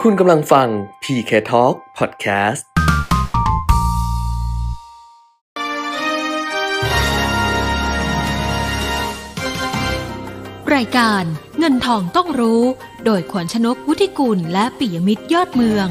คุณกำลังฟัง PK Talk Podcast รายการเงินทองต้องรู้โดยขวัญชนก วุฒิกุลและปิยมิตรยอดเมือง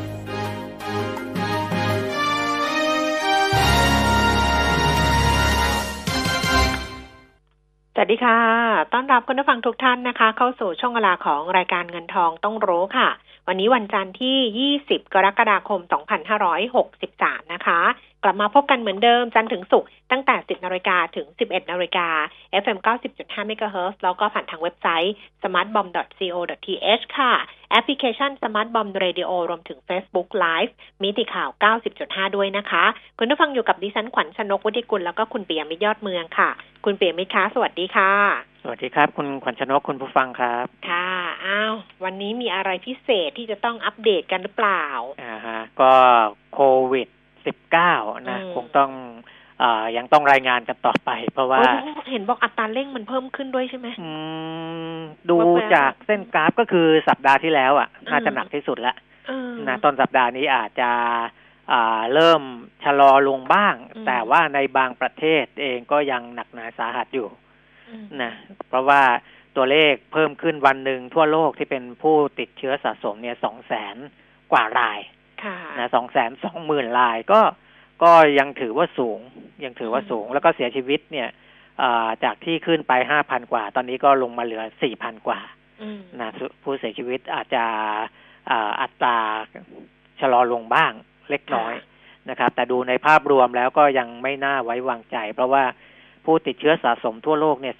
สวัสดีค่ะต้อนรับคุณผู้ฟังทุกท่านนะคะเข้าสู่ช่วงเวลาของรายการเงินทองต้องรู้ค่ะวันนี้วันจันทร์ที่20กรกฎาคม2563นะคะกลับมาพบกันเหมือนเดิมจันทร์ถึงศุกร์ตั้งแต่ 10:00 นถึง 11:00 นFM 90.5 MHz แล้วก็ผ่านทางเว็บไซต์ smartbomb.co.th ค่ะแอปพลิเคชัน Smart Bomb Radio รวมถึง Facebook Live มิติข่าว 90.5 ด้วยนะคะคุณผู้ฟังอยู่กับดิฉันขวัญชนก วุฒิกุลแล้วก็คุณปิยมิตรยอดเมืองค่ะคุณปิยมิตรคะสวัสดีค่ะสวัสดีครับคุณขวัญชนกคุณผู้ฟังครับค่ะวันนี้มีอะไรพิเศษที่จะต้องอัปเดตกันหรือเปล่าก็โควิด19นะคงต้องยังต้องรายงานกันต่อไปเพราะว่าเห็นบอกอัตราเร่งมันเพิ่มขึ้นด้วยใช่ไหมดูจากเส้นกราฟก็คือสัปดาห์ที่แล้วน่าจะหนักที่สุดแล้วนะต้นสัปดาห์นี้อาจจะเริ่มชะลอลงบ้างแต่ว่าในบางประเทศเองก็ยังหนักหนาสาหัสอยู่นะเพราะว่าตัวเลขเพิ่มขึ้นวันหนึ่งทั่วโลกที่เป็นผู้ติดเชื้อสะสมเนี่ย 200,000 กว่ารายนะ 220,000 รายก็ยังถือว่าสูงแล้วก็เสียชีวิตเนี่ยจากที่ขึ้นไป 5,000 กว่าตอนนี้ก็ลงมาเหลือ 4,000 กว่านะผู้เสียชีวิตอาจจะอัตราชะลอลงบ้างเล็กน้อยนะครับแต่ดูในภาพรวมแล้วก็ยังไม่น่าไว้วางใจเพราะว่าผู้ติดเชื้อสะสมทั่วโลกเนี่ย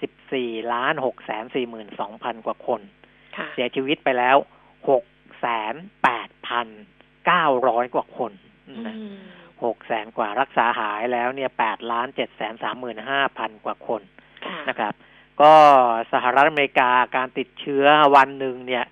14,642,000 กว่าคนเสียชีวิตไปแล้ว 68,900 กว่าคนนะ600,000 กว่ารักษาหายแล้วเนี่ย 8,735,000 กว่าคนนะครับก็สหรัฐอเมริกาการติดเชื้อวันหนึ่งเนี่ย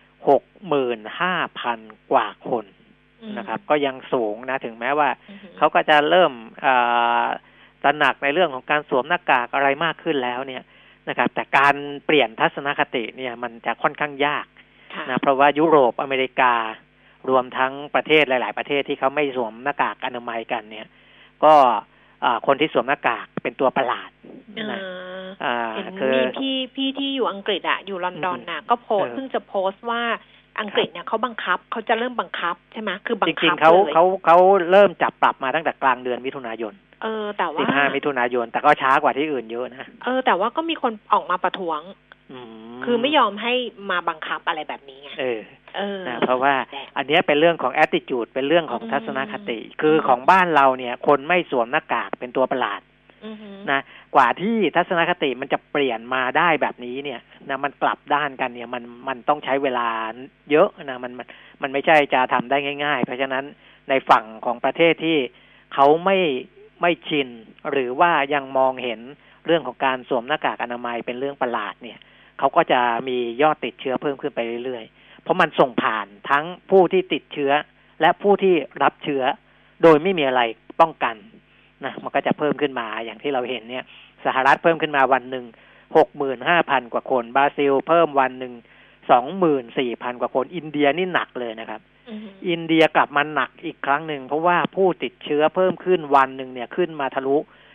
65,000 กว่าคนนะครับก็ยังสูงนะถึงแม้ว่าเขาก็จะเริ่มตระหนักในเรื่องของการสวมหน้ากากอะไรมากขึ้นแล้วเนี่ยนะครับแต่การเปลี่ยนทัศนคติเนี่ยมันจะค่อนข้างยากนะเพราะว่ายุโรปอเมริการวมทั้งประเทศหลายๆประเทศที่เขาไม่สวมหน้ากากอนามัยกันเนี่ยก็คนที่สวมหน้ากากเป็นตัวประหลาดนะมีพี่ที่อยู่อังกฤษอยู่ลอนดอนก็เพิ่งจะโพสต์ว่าอังกฤษเนี่ยเขาจะเริ่มบังคับใช่ไหมคือบังคับจริงๆเขาเริ่มจับปรับมาตั้งแต่กลางเดือนมิถุนายนแต่ว่า 15 มิถุนายนแต่ก็ช้ากว่าที่อื่นเยอะนะแต่ว่าก็มีคนออกมาประท้วงคือไม่ยอมให้มาบังคับอะไรแบบนี้ไงนะเพราะว่าอันนี้เป็นเรื่องของ attitude เป็นเรื่องของทัศนคติคือของบ้านเราเนี่ยคนไม่สวมหน้ากากเป็นตัวประหลาดนะกว่าที่ทัศนคติมันจะเปลี่ยนมาได้แบบนี้เนี่ยนะมันกลับด้านกันเนี่ยมันต้องใช้เวลาเยอะนะมันไม่ใช่จะทำได้ง่ายๆเพราะฉะนั้นในฝั่งของประเทศที่เขาไม่ชินหรือว่ายังมองเห็นเรื่องของการสวมหน้ากากอนามัยเป็นเรื่องประหลาดเนี่ยเขาก็จะมียอดติดเชื้อเพิ่มขึ้นไปเรื่อยๆเพราะมันส่งผ่านทั้งผู้ที่ติดเชื้อและผู้ที่รับเชื้อโดยไม่มีอะไรป้องกันนะมันก็จะเพิ่มขึ้นมาอย่างที่เราเห็นเนี่ยสหรัฐเพิ่มขึ้นมาวันหนึ่ง 65,000 กว่าคนบราซิลเพิ่มวันหนึ่ง 24,000 กว่าคนอินเดียนี่หนักเลยนะครับอินเดียกลับมาหนักอีกครั้งหนึ่งเพราะว่าผู้ติดเชื้อเพิ่มขึ้นวันหนึ่งเนี่ยขึ้นมาทะลุ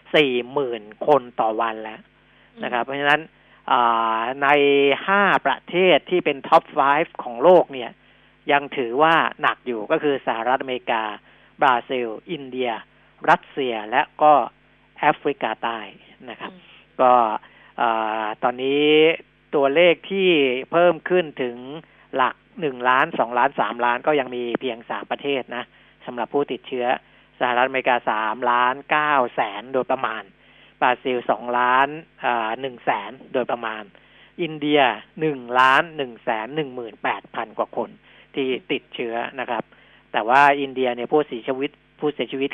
40,000 คนต่อวันแล้วนะครับเพราะฉะนั้นใน5ประเทศที่เป็นท็อป5ของโลกเนี่ยยังถือว่าหนักอยู่ก็คือสหรัฐอเมริกาบราซิลอินเดียรัสเซียและก็แอฟริกาใต้นะครับก็ตอนนี้ตัวเลขที่เพิ่มขึ้นถึงหลัก1ล้าน2ล้าน3ล้านก็ยังมีเพียง3ประเทศนะสำหรับผู้ติดเชื้อสหรัฐอเมริกา3ล้าน9แสนโดยประมาณบราซิล2ล้าน1แสนโดยประมาณอินเดีย1ล้าน1แสน 18,000 กว่าคนที่ติดเชื้อนะครับแต่ว่าอินเดียเนี่ยผู้เสียชีวิตเขา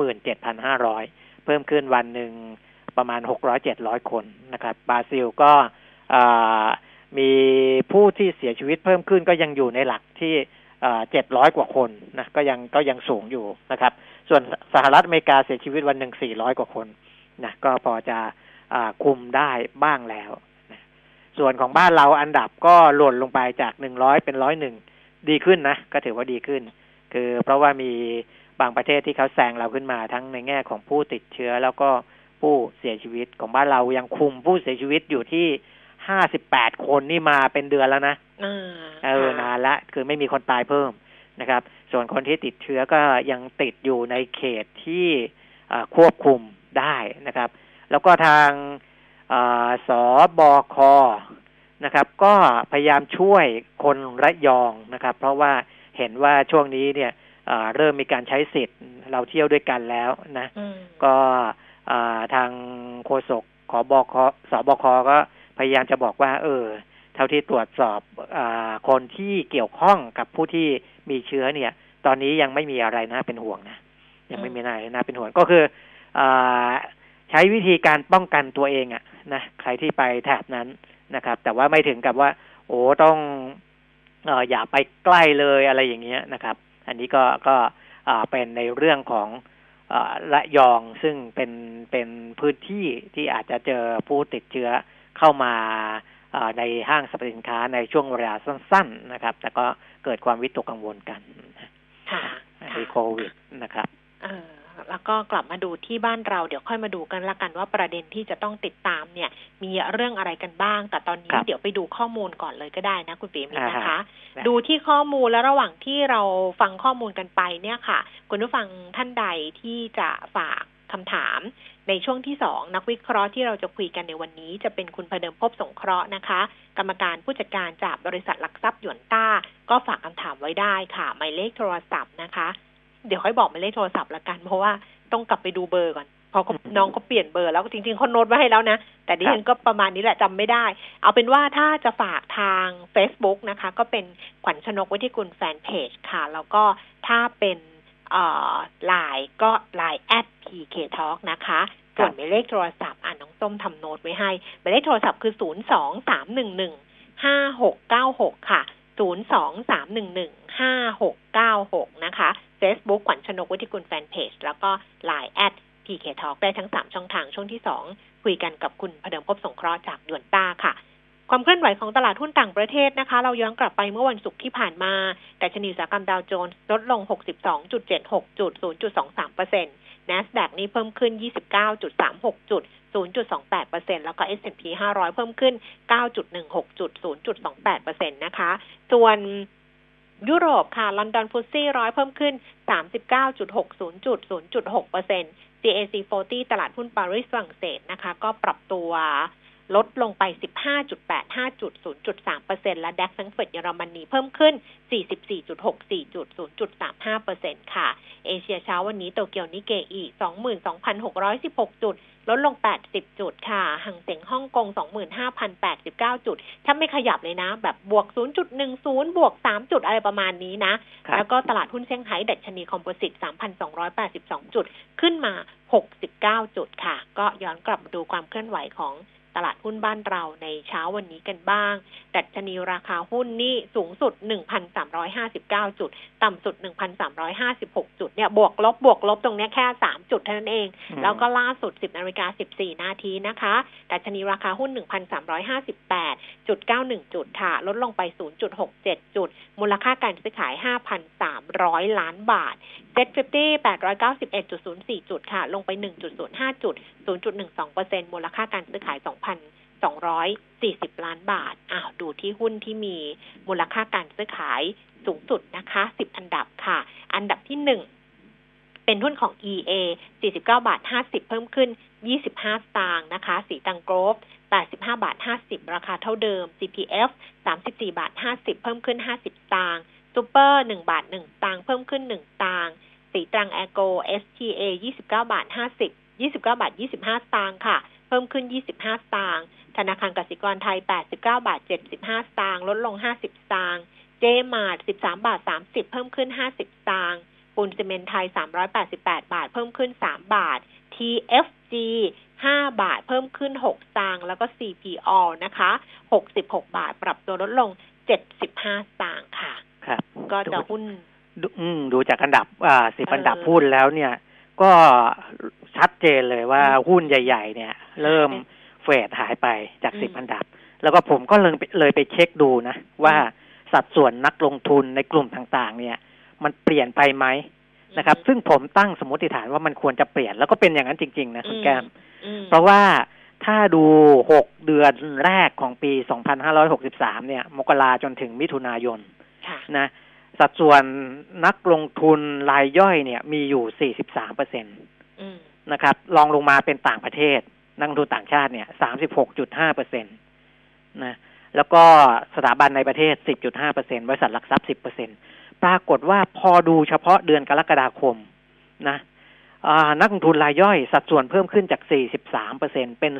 27,500 เพิ่มขึ้นวันหนึ่งประมาณ 600-700 คนนะครับบราซิลก็มีผู้ที่เสียชีวิตเพิ่มขึ้นก็ยังอยู่ในหลักที่700 กว่าคนนะก็ยังสูงอยู่นะครับส่วนสหรัฐอเมริกาเสียชีวิตวันหนึ่ง400 กว่าคนนะก็พอจะคุมได้บ้างแล้วนะส่วนของบ้านเราอันดับก็หล่นลงไปจาก100เป็น101 ดีขึ้นนะก็ถือว่าดีขึ้นคือเพราะว่ามีบางประเทศที่เขาแซงเราขึ้นมาทั้งในแง่ของผู้ติดเชื้อแล้วก็ผู้เสียชีวิตของบ้านเรายังคุมผู้เสียชีวิตอยู่ที่58 คนนี่มาเป็นเดือนแล้วนะนานละคือไม่มีคนตายเพิ่มนะครับส่วนคนที่ติดเชื้อก็ยังติดอยู่ในเขตที่ควบคุมได้นะครับแล้วก็ทางสบคนะครับก็พยายามช่วยคนระยองนะครับเพราะว่าเห็นว่าช่วงนี้เนี่ยเริ่มมีการใช้สิทธิ์เราเที่ยวด้วยกันแล้วนะก็ทางโฆษกสบคก็พยายามจะบอกว่าเท่าที่ตรวจสอบคนที่เกี่ยวข้องกับผู้ที่มีเชื้อเนี่ยตอนนี้ยังไม่มีอะไรน่าเป็นห่วงนะยังไม่มีอะไรน่าเป็นห่วงก็คือใช้วิธีการป้องกันตัวเองนะใครที่ไปแถบนั้นนะครับแต่ว่าไม่ถึงกับว่าต้องอย่าไปใกล้เลยอะไรอย่างเงี้ยนะครับอันนี้ก็เป็นในเรื่องของระยองซึ่งเป็นพื้นที่ที่อาจจะเจอผู้ติดเชื้อเข้ามาในห้างสรรพสินค้าในช่วงเวลาสั้นๆนะครับแต่ก็เกิดความวิตกกังวลกันในโควิดนะครับแล้วก็กลับมาดูที่บ้านเราเดี๋ยวค่อยมาดูกันละกันว่าประเด็นที่จะต้องติดตามเนี่ยมีเรื่องอะไรกันบ้างแต่ตอนนี้เดี๋ยวไปดูข้อมูลก่อนเลยก็ได้นะคุณปิยมิตรนะคะดูที่ข้อมูลแล้วระหว่างที่เราฟังข้อมูลกันไปเนี่ยค่ะคุณผู้ฟังท่านใดที่จะฝากคำถามในช่วงที่2นักวิเคราะห์ที่เราจะคุยกันในวันนี้จะเป็นคุณพเดิมภพสงเคราะห์นะคะกรรมการผู้จัดการจากบริษัทหลักทรัพย์หยวนต้าก็ฝากคำถามไว้ได้ค่ะหมายเลขโทรศัพท์นะคะเดี๋ยวค่อยบอกหมายเลขโทรศัพท์ละกันเพราะว่าต้องกลับไปดูเบอร์ก่อนพอน้องเขาเปลี่ยนเบอร์แล้วจริงๆเขาโน้ตไว้ให้แล้วนะแต่ดิฉันก็ประมาณนี้แหละจำไม่ได้เอาเป็นว่าถ้าจะฝากทาง Facebook นะคะก็เป็นขวัญชนกวุฒิกุลแฟนเพจค่ะแล้วก็ถ้าเป็นLINE ก็ LINE @PK Talk นะคะส่วนหมายเลขโทรศัพท์น้องส้มทำโน้ตไว้ให้หมายเลขโทรศัพท์คือ023115696ค่ะ023115696นะคะ Facebook ขวัญชนกวุฒิกุลแฟนเพจแล้วก็ LINE @PK Talk ได้ทั้ง3ช่องทางช่วงที่2คุยกันกับคุณพเดิมภพสงเคราะห์จากหยวนต้าค่ะความเคลื่อนไหวของตลาดหุ้นต่างประเทศนะคะเราย้อนกลับไปเมื่อวันศุกร์ที่ผ่านมาดัชนีอุตสาหกรรมดาวโจนส์ลดลง 62.76 จุด 0.23% NASDAQ นี่เพิ่มขึ้น 29.36 จุด 0.28% แล้วก็ S&P 500 เพิ่มขึ้น 9.16 จุด 0.28% นะคะส่วนยุโรปค่ะลอนดอนฟุตซี่100เพิ่มขึ้น 39.60 จุด 0.6% CAC 40ตลาดหุ้นปารีสฝรั่งเศสนะคะก็ปรับตัวลดลงไป 15.85 จุด 0.3% และ DAX แฟรงก์เฟิร์ตเยอรมนีเพิ่มขึ้น 44.64 จุด 0.35% ค่ะเอเชียเช้าวันนี้โตเกียวนิเกอิ 22,616 จุดลดลง80จุดค่ะหังเส็งฮ่องกง 25,089 จุดถ้าไม่ขยับเลยนะแบบบวก 0.10 บวก3จุดอะไรประมาณนี้นะแล้วก็ตลาดหุ้นเซี่ยงไฮ้ดัชนีคอมโพสิต 3,282 จุดขึ้นมา69จุดค่ะก็ย้อนกลับมาดูความเคลื่อนไหวของตลาดหุ้นบ้านเราในเช้าวันนี้กันบ้างดัชนีราคาหุ้นนี่สูงสุด 1,359 จุดต่ำสุด 1,356 จุดเนี่ยบวกลบตรงนี้แค่3จุดเท่านั้นเองแล้วก็ล่าสุด 10:14 นาทีนะคะดัชนีราคาหุ้น 1,358.91 จุดค่ะลดลงไป 0.67 จุดมูลค่าการซื้อขาย 5,300 ล้านบาทเซ็ต50 891.04 จุดค่ะลงไป 1.05 จุด 0.12% มูลค่าการซื้อขาย 2,240 ล้านบาทดูที่หุ้นที่มีมูลค่าการซื้อขายสูงสุดนะคะ10อันดับค่ะอันดับที่1เป็นหุ้นของ EA 49.50 บาทเพิ่มขึ้น25 สตางค์นะคะสีตังโกรฟ85.50 บาทราคาเท่าเดิม CPF 34.50 บาทเพิ่มขึ้น50 สตางค์ซูเปอร์1 บาท1 สตางค์เพิ่มขึ้น1 สตางค์สีตรังแอโก STA 29.50 บาท29.25 สตางค์ค่ะเพิ่มขึ้น25 สตางค์ธนาคารกสิกรไทย 89.75 บาทสตางค์ลดลง50 สตางค์เจมาร์ท 13.30 บาทเพิ่มขึ้น50 สตางค์ปูนซีเมนต์ไทย388 บาทเพิ่มขึ้น3 บาท TFG 5 บาทเพิ่มขึ้น6 สตางค์แล้วก็ CPO นะคะ66 บาทปรับตัวลดลง75 สตางค์ค่ะครับก็จะหุ้นดูจากอันดับ10อันดับหุ้นแล้วเนี่ยก็ชัดเจนเลยว่าหุ้นใหญ่ๆเนี่ยเริ่มเฟดหายไปจาก10อันดับแล้วก็ผมก็เลยไปเช็คดูนะว่าสัดส่วนนักลงทุนในกลุ่มต่างๆเนี่ยมันเปลี่ยนไปไหมนะครับซึ่งผมตั้งสมมติฐานว่ามันควรจะเปลี่ยนแล้วก็เป็นอย่างนั้นจริงๆนะคุณแก้มเพราะว่าถ้าดู6เดือนแรกของปี2563เนี่ยมกราจนถึงมิถุนายนนะสัดส่วนนักลงทุนรายย่อยเนี่ยมีอยู่ 43% นะครับรองลงมาเป็นต่างประเทศนักลงทุนต่างชาติเนี่ย 36.5% นะแล้วก็สถาบันในประเทศ 10.5% บริษัทหลักทรัพย์ 10% ปรากฏว่าพอดูเฉพาะเดือนกรกฎาคมนะนักลงทุนรายย่อยสัดส่วนเพิ่มขึ้นจาก 43% เป็น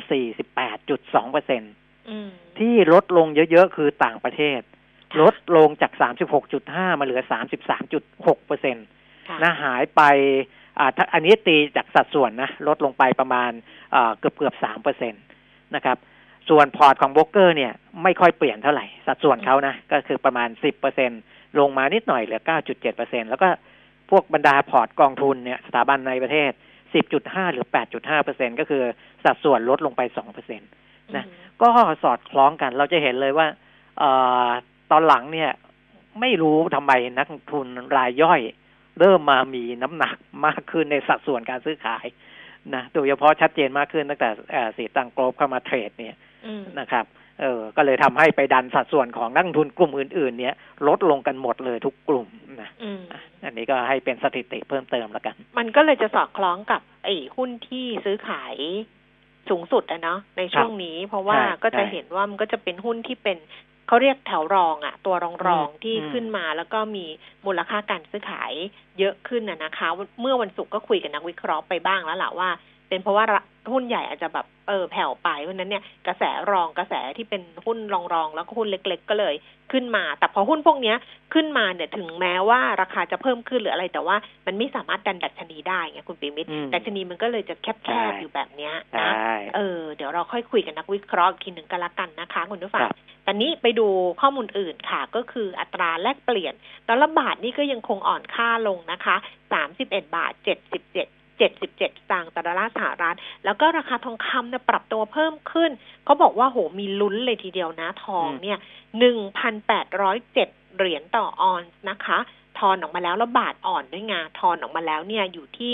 48.2% ที่ลดลงเยอะๆคือต่างประเทศลดลงจาก 36.5 มาเหลือ 33.6% นะหายไปอันนี้ตีจากสัดส่วนนะลดลงไปประมาณเกือบ 3% นะครับส่วนพอร์ตของโบรกเกอร์เนี่ยไม่ค่อยเปลี่ยนเท่าไหร่สัดส่วนเขานะก็คือประมาณ 10% ลงมานิดหน่อยเหลือ 9.7% แล้วก็พวกบรรดาพอร์ตกองทุนเนี่ยสถาบันในประเทศ 10.5 หรือ 8.5% ก็คือสัดส่วนลดลงไป 2% นะก็สอดคล้องกันเราจะเห็นเลยว่าตอนหลังเนี่ยไม่รู้ทำไมนักลงทุนรายย่อยเริ่มมามีน้ำหนักมากขึ้นในสัดส่วนการซื้อขายนะโดยเฉพาะชัดเจนมากขึ้นตั้งแต่สีตังโกลบเข้ามาเทรดเนี่ยนะครับก็เลยทำให้ไปดันสัดส่วนของนักลงทุนกลุ่มอื่นๆเนี่ยลดลงกันหมดเลยทุกกลุ่มนะอันนี้ก็ให้เป็นสถิติเพิ่มเติมแล้วกันมันก็เลยจะสอดคล้องกับไอ้หุ้นที่ซื้อขายสูงสุดเนาะในช่วงนี้เพราะว่าก็จะเห็นว่ามันก็จะเป็นหุ้นที่เป็นเขาเรียกแถวรองตัวรองที่ขึ้นมาแล้วก็มีมูลค่าการซื้อขายเยอะขึ้นนะคะเมื่อวันศุกร์ก็คุยกับนักวิเคราะห์ไปบ้างแล้วล่ะว่าเป็นเพราะว่าหุ้นใหญ่อาจจะแบบแผ่วไปเพราะนั้นเนี่ยกระแสรองกระแสที่เป็นหุ้นรองแล้วก็หุ้นเล็กๆก็เลยขึ้นมาแต่พอหุ้นพวกนี้ขึ้นมาเนี่ยถึงแม้ว่าราคาจะเพิ่มขึ้นหรืออะไรแต่ว่ามันไม่สามารถดันดัชนีได้ไงคุณปิมิตรดัชนีมันก็เลยจะแคบๆอยู่แบบนี้นะเดี๋ยวเราค่อยคุยกับนักวิเคราะห์ทีหนึ่งกันละกันนะคะคุณผู้ฟังตอนนี้ไปดูข้อมูลอื่นค่ะก็คืออัตราแลกเปลี่ยนดอลลาร์บาทนี่ก็ยังคงอ่อนค่าลงนะคะ31 บาท 77 สตางค์ต่อดอลลาร์สหรัฐแล้วก็ราคาทองคำเนี่ยปรับตัวเพิ่มขึ้นเขาบอกว่าโหมีลุ้นเลยทีเดียวนะทองเนี่ย 1,807 เหรียญต่อออนซ์นะคะทอนออกมาแล้วบาทอ่อนด้วยไงทอนออกมาแล้วเนี่ยอยู่ที่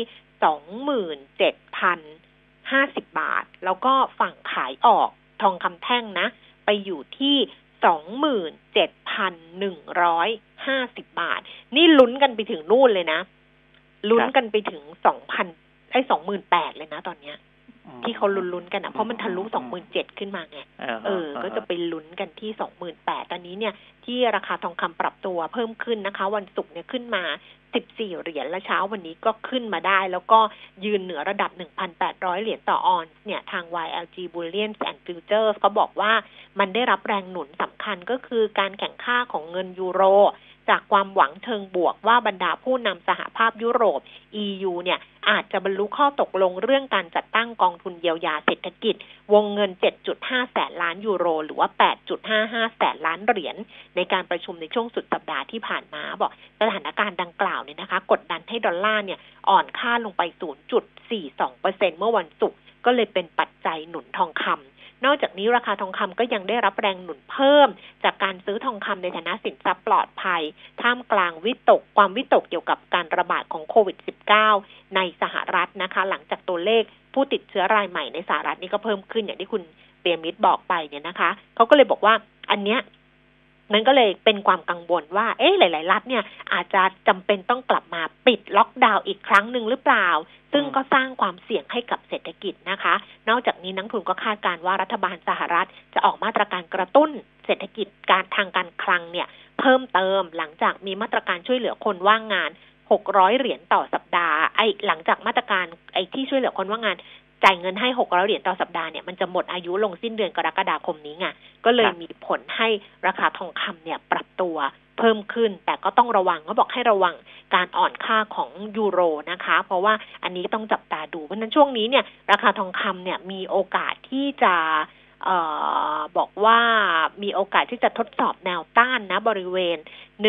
27,050 บาทแล้วก็ฝั่งขายออกทองคำแท่งนะไปอยู่ที่ 27,150 บาทนี่ลุ้นกันไปถึงนู่นเลยนะลุ้นกันไปถึง 28,000 เลยนะตอนเนี้ยที่เขาลุ้นกันเพราะมันทะลุ 27,000 ขึ้นมาไงก็จะไปลุ้นกันที่ 28,000 ตอนนี้เนี่ยที่ราคาทองคำปรับตัวเพิ่มขึ้นนะคะวันศุกร์เนี่ยขึ้นมา14 เหรียญและเช้าวันนี้ก็ขึ้นมาได้แล้วก็ยืนเหนือระดับ 1,800 เหรียญต่อออนซ์เนี่ยทาง YLG Bullion and Futures เขาบอกว่ามันได้รับแรงหนุนสำคัญก็คือการแข่งข้าของเงินยูโรจากความหวังเชิงบวกว่าบรรดาผู้นำสหภาพยุโรป EU เนี่ยอาจจะบรรลุข้อตกลงเรื่องการจัดตั้งกองทุนเยียวยาเศรษฐกิจวงเงิน 7.5 แสนล้านยูโรหรือว่า 8.55 แสนล้านเหรียญในการประชุมในช่วงสุดสัปดาห์ที่ผ่านมาบอกสถานการณ์ดังกล่าวเนี่ยนะคะกดดันให้ดอลลาร์เนี่ยอ่อนค่าลงไป 0.42% เมื่อวันศุกร์ก็เลยเป็นปัจจัยหนุนทองคำนอกจากนี้ราคาทองคำก็ยังได้รับแรงหนุนเพิ่มจากการซื้อทองคำในฐานะสินทรัพย์ปลอดภัยท่ามกลางความวิตกเกี่ยวกับการระบาดของโควิด -19 ในสหรัฐนะคะหลังจากตัวเลขผู้ติดเชื้อรายใหม่ในสหรัฐนี่ก็เพิ่มขึ้นอย่างที่คุณเปียมิตรบอกไปเนี่ยนะคะเขาก็เลยบอกว่าอันเนี้ยมันก็เลยเป็นความกังวลว่าหลายๆรัฐเนี่ยอาจจะจำเป็นต้องกลับมาปิดล็อกดาวน์อีกครั้งหนึ่งหรือเปล่าซึ่งก็สร้างความเสี่ยงให้กับเศรษฐกิจนะคะนอกจากนี้นักทุนก็คาดการณ์ว่ารัฐบาลสหรัฐจะออกมาตรการกระตุ้นเศรษฐกิจทางการคลังเนี่ยเพิ่มเติมหลังจากมีมาตรการช่วยเหลือคนว่างงาน600 เหรียญต่อสัปดาห์หลังจากมาตรการที่ช่วยเหลือคนว่างงานจ่ายเงินให้600 เหรียญต่อสัปดาห์เนี่ยมันจะหมดอายุลงสิ้นเดือนกรกฎาคมนี้ไงก็เลยมีผลให้ราคาทองคำเนี่ยปรับตัวเพิ่มขึ้นแต่ก็ต้องระวังเขาบอกให้ระวังการอ่อนค่าของยูโรนะคะเพราะว่าอันนี้ต้องจับตาดูเพราะฉะนั้นช่วงนี้เนี่ยราคาทองคำเนี่ยมีโอกาสที่จะบอกว่ามีโอกาสที่จะทดสอบแนวต้านนะบริเวณ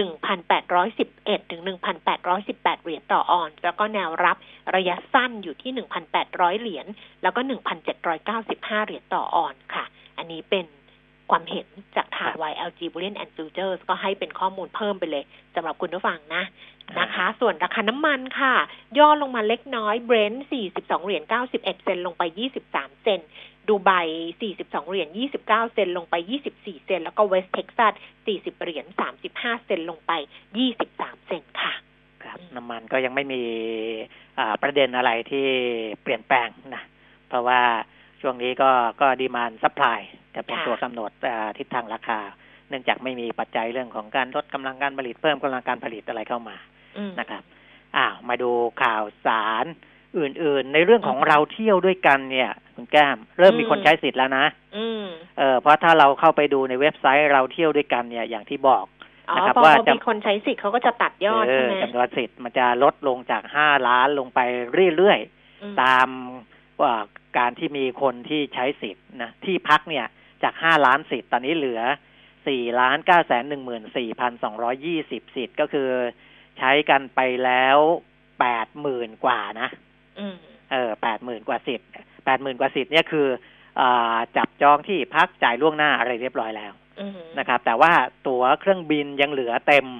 1,811 ถึง 1,818 เหรียญต่อออนซ์แล้วก็แนวรับระยะสั้นอยู่ที่ 1,800 เหรียญแล้วก็ 1,795 เหรียญต่อออนซ์ค่ะอันนี้เป็นความเห็นจากทาง YLG Bullion and Futures ก็ให้เป็นข้อมูลเพิ่มไปเลยสำหรับคุณผู้ฟังนะคะส่วนราคาน้ำมันค่ะย่อลงมาเล็กน้อย Brent 42 เหรียญ 91 เซนต์ลงไป 23 เซนต์ดูไบ42 เหรียญ 29 เซนต์ลงไป 24 เซนต์แล้วก็ West Texas 40 เหรียญ 35 เซนต์ลงไป 23 เซนต์ค่ะครับน้ำมันก็ยังไม่มีประเด็นอะไรที่เปลี่ยนแปลงนะเพราะว่าช่วงนี้ก็ดีมานด์ซัพพลายจะเป็นตัวกำหนดทิศทางราคาเนื่องจากไม่มีปัจจัยเรื่องของการลดกำลังการผลิตเพิ่มกำลังการผลิตอะไรเข้ามานะครับมาดูข่าวสารอื่นๆในเรื่องของเราเที่ยวด้วยกันเนี่ยคุณแก้มเริ่มมีคนใช้สิทธิ์แล้วนะเพราะถ้าเราเข้าไปดูในเว็บไซต์เราเที่ยวด้วยกันเนี่ยอย่างที่บอกนะครับว่าจะมีคนใช้สิทธิ์เขาก็จะตัดยอดใช่ไหมจำนวนสิทธิ์มันจะลดลงจาก5 ล้านลงไปเรื่อยๆตามการที่มีคนที่ใช้สิทธิ์นะที่พักเนี่ยจาก5 ล้านสิทธิ์ตอนนี้เหลือ4,914,220 สิทธิ์ก็คือใช้กันไปแล้ว 80,000 กว่านะ80,000 กว่าสิทธิ์ 80,000 กว่าสิทธิ์เนี่ยคือจับจองที่พักจ่ายล่วงหน้าอะไรเรียบร้อยแล้วนะครับแต่ว่าตั๋วเครื่องบินยังเหลือเต็ม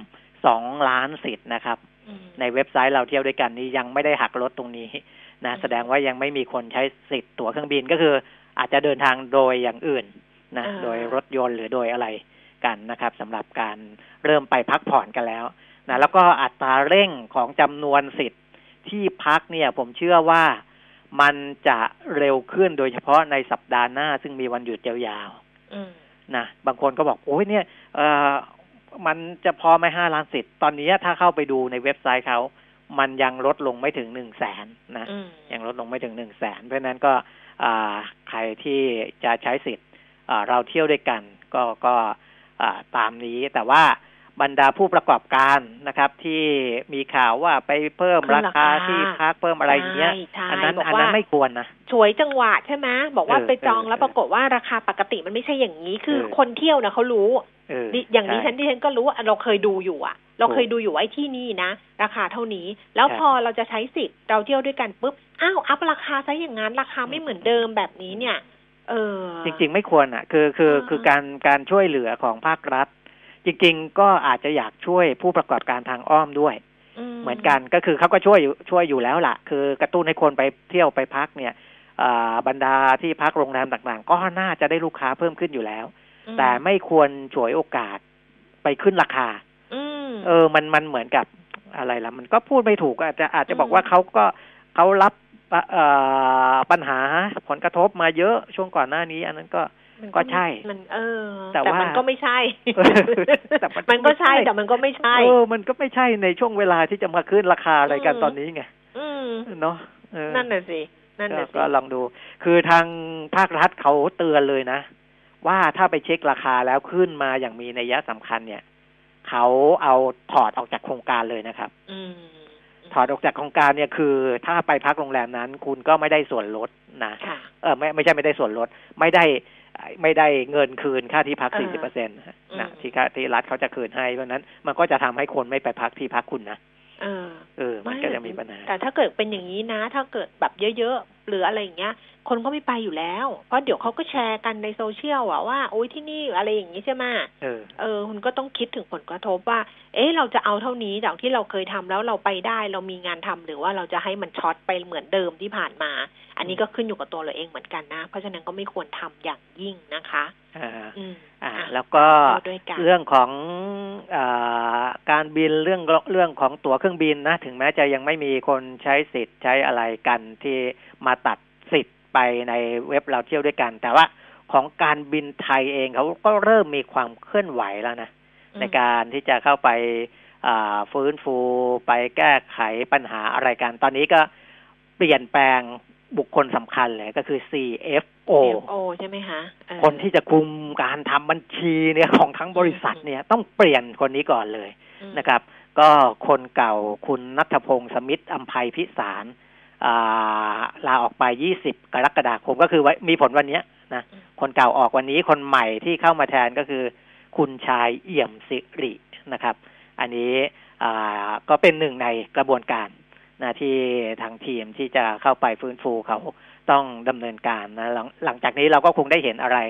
2 ล้านสิทธิ์นะครับในเว็บไซต์เราเที่ยวด้วยกันนี้ยังไม่ได้หักลดตรงนี้นะแสดงว่ายังไม่มีคนใช้สิทธิ์ตั๋วเครื่องบินก็คืออาจจะเดินทางโดยอย่างอื่นนะโดยรถยนต์หรือโดยอะไรกันนะครับสำหรับการเริ่มไปพักผ่อนกันแล้วนะแล้วก็อัตราเร่งของจำนวนสิทธิ์ที่พักเนี่ยผมเชื่อว่ามันจะเร็วขึ้นโดยเฉพาะในสัปดาห์หน้าซึ่งมีวันหยุดยาวๆนะบางคนก็บอกโอ้ยเนี่ยมันจะพอไหม5 ล้านสิทธิ์ตอนนี้ถ้าเข้าไปดูในเว็บไซต์เขามันยังลดลงไม่ถึง 100,000 นะยังลดลงไม่ถึง 100,000 เพราะนั้นก็ใครที่จะใช้สิทธิ์เราเที่ยวด้วยกันก็ตามนี้แต่ว่าบรรดาผู้ประกอบการนะครับที่มีข่าวว่าไปเพิ่มราคาที่พักเพิ่มอะไรอย่างเงี้ยอันนั้นไม่ควรนะฉวยจังหวะใช่ไหมบอกว่าไปจองแล้วปรากฏว่าราคาปกติมันไม่ใช่อย่างนี้คือคนเที่ยวนะเขารู้อย่างนี้ฉันก็รู้เราเคยดูอยู่เราเคยดูอยู่ไอ้ที่นี่นะราคาเท่านี้แล้วพอเราจะใช้สิทธิ์เราเที่ยวด้วยกันปุ๊บอัพราคาซะอย่างนั้นราคาไม่เหมือนเดิมแบบนี้เนี่ยจริงๆไม่ควรคือการช่วยเหลือของภาครัฐจริงๆก็อาจจะอยากช่วยผู้ประกอบการทางอ้อมด้วยเหมือนกันก็คือเขาก็ช่วยอยู่แล้วล่ะคือกระตุ้นให้คนไปเที่ยวไปพักเนี่ยบรรดาที่พักโรงแรมต่างๆก็น่าจะได้ลูกค้าเพิ่มขึ้นอยู่แล้วแต่ไม่ควรฉวยโอกาสไปขึ้นราคามันเหมือนกับอะไรล่ะมันก็พูดไม่ถูกอาจจะบอกว่าเขารับปัญหาผลกระทบมาเยอะช่วงก่อนหน้านี้อันนั้นก็ใช่แต่มันก็ไม่ใช่มันก็ใช่แต่มันก็ไม่ใช่มันก็ไม่ใช่ในช่วงเวลาที่จะมาขึ้นราคาอะไรกันตอนนี้ไงเนาะนั่นน่ะสิก็ลองดูคือทางภาครัฐเขาเตือนเลยนะว่าถ้าไปเช็คราคาแล้วขึ้นมาอย่างมีนัยสำคัญเนี่ยเขาเอาถอดออกจากโครงการเลยนะครับถอดออกจากโครงการเนี่ยคือถ้าไปพักโรงแรมนั้นคุณก็ไม่ได้ส่วนลดนะไม่ใช่ไม่ได้ส่วนลดไม่ได้เงินคืนค่าที่พัก 40% นะที่รัฐเขาจะคืนให้เพราะนั้นมันก็จะทำให้คนไม่ไปพักที่พักคุณนะมันก็จะมีปัญหาแต่ถ้าเกิดเป็นอย่างนี้นะถ้าเกิดแบบเยอะๆหรืออะไรอย่างเงี้ยคนก็ไม่ไปอยู่แล้วเพราะเดี๋ยวเขาก็แชร์กันในโซเชียลว่าโอ๊ยที่นี่อะไรอย่างนี้ใช่ไหมคุณก็ต้องคิดถึงผลกระทบว่าเราจะเอาเท่านี้จากที่เราเคยทำแล้วเราไปได้เรามีงานทำหรือว่าเราจะให้มันช็อตไปเหมือนเดิมที่ผ่านมาอันนี้ก็ขึ้นอยู่กับตัวเราเองเหมือนกันนะเพราะฉะนั้นก็ไม่ควรทำอย่างยิ่งนะคะแล้วก็เรื่องของการบินเรื่องของตั๋วเครื่องบินนะถึงแม้จะยังไม่มีคนใช้สิทธิ์ใช้อะไรกันที่มาตัดสิทธิ์ไปในเว็บเราเที่ยวด้วยกันแต่ว่าของการบินไทยเองเขาก็เริ่มมีความเคลื่อนไหวแล้วนะในการที่จะเข้าไปฟื้นฟูไปแก้ไขปัญหาอะไรกันตอนนี้ก็เปลี่ยนแปลงบุคคลสำคัญเลยก็คือ CFO ใช่ไหมคะคนที่จะคุมการทำบัญชีเนี่ยของทั้งบริษัทเนี่ยต้องเปลี่ยนคนนี้ก่อนเลยนะครับก็คนเก่าคุณณัฐพงษ์สมิทธิ์อำไพพิสารลาออกไป20 กรกฎาคมก็คือมีผลวันนี้นะคนเก่าออกวันนี้คนใหม่ที่เข้ามาแทนก็คือคุณชายเอี่ยมสิรินะครับอันนี้ก็เป็นหนึ่งในกระบวนการนะที่ทางทีมที่จะเข้าไปฟื้นฟูเขาต้องดำเนินการนะหลังจากนี้เราก็คงได้เห็นอะไร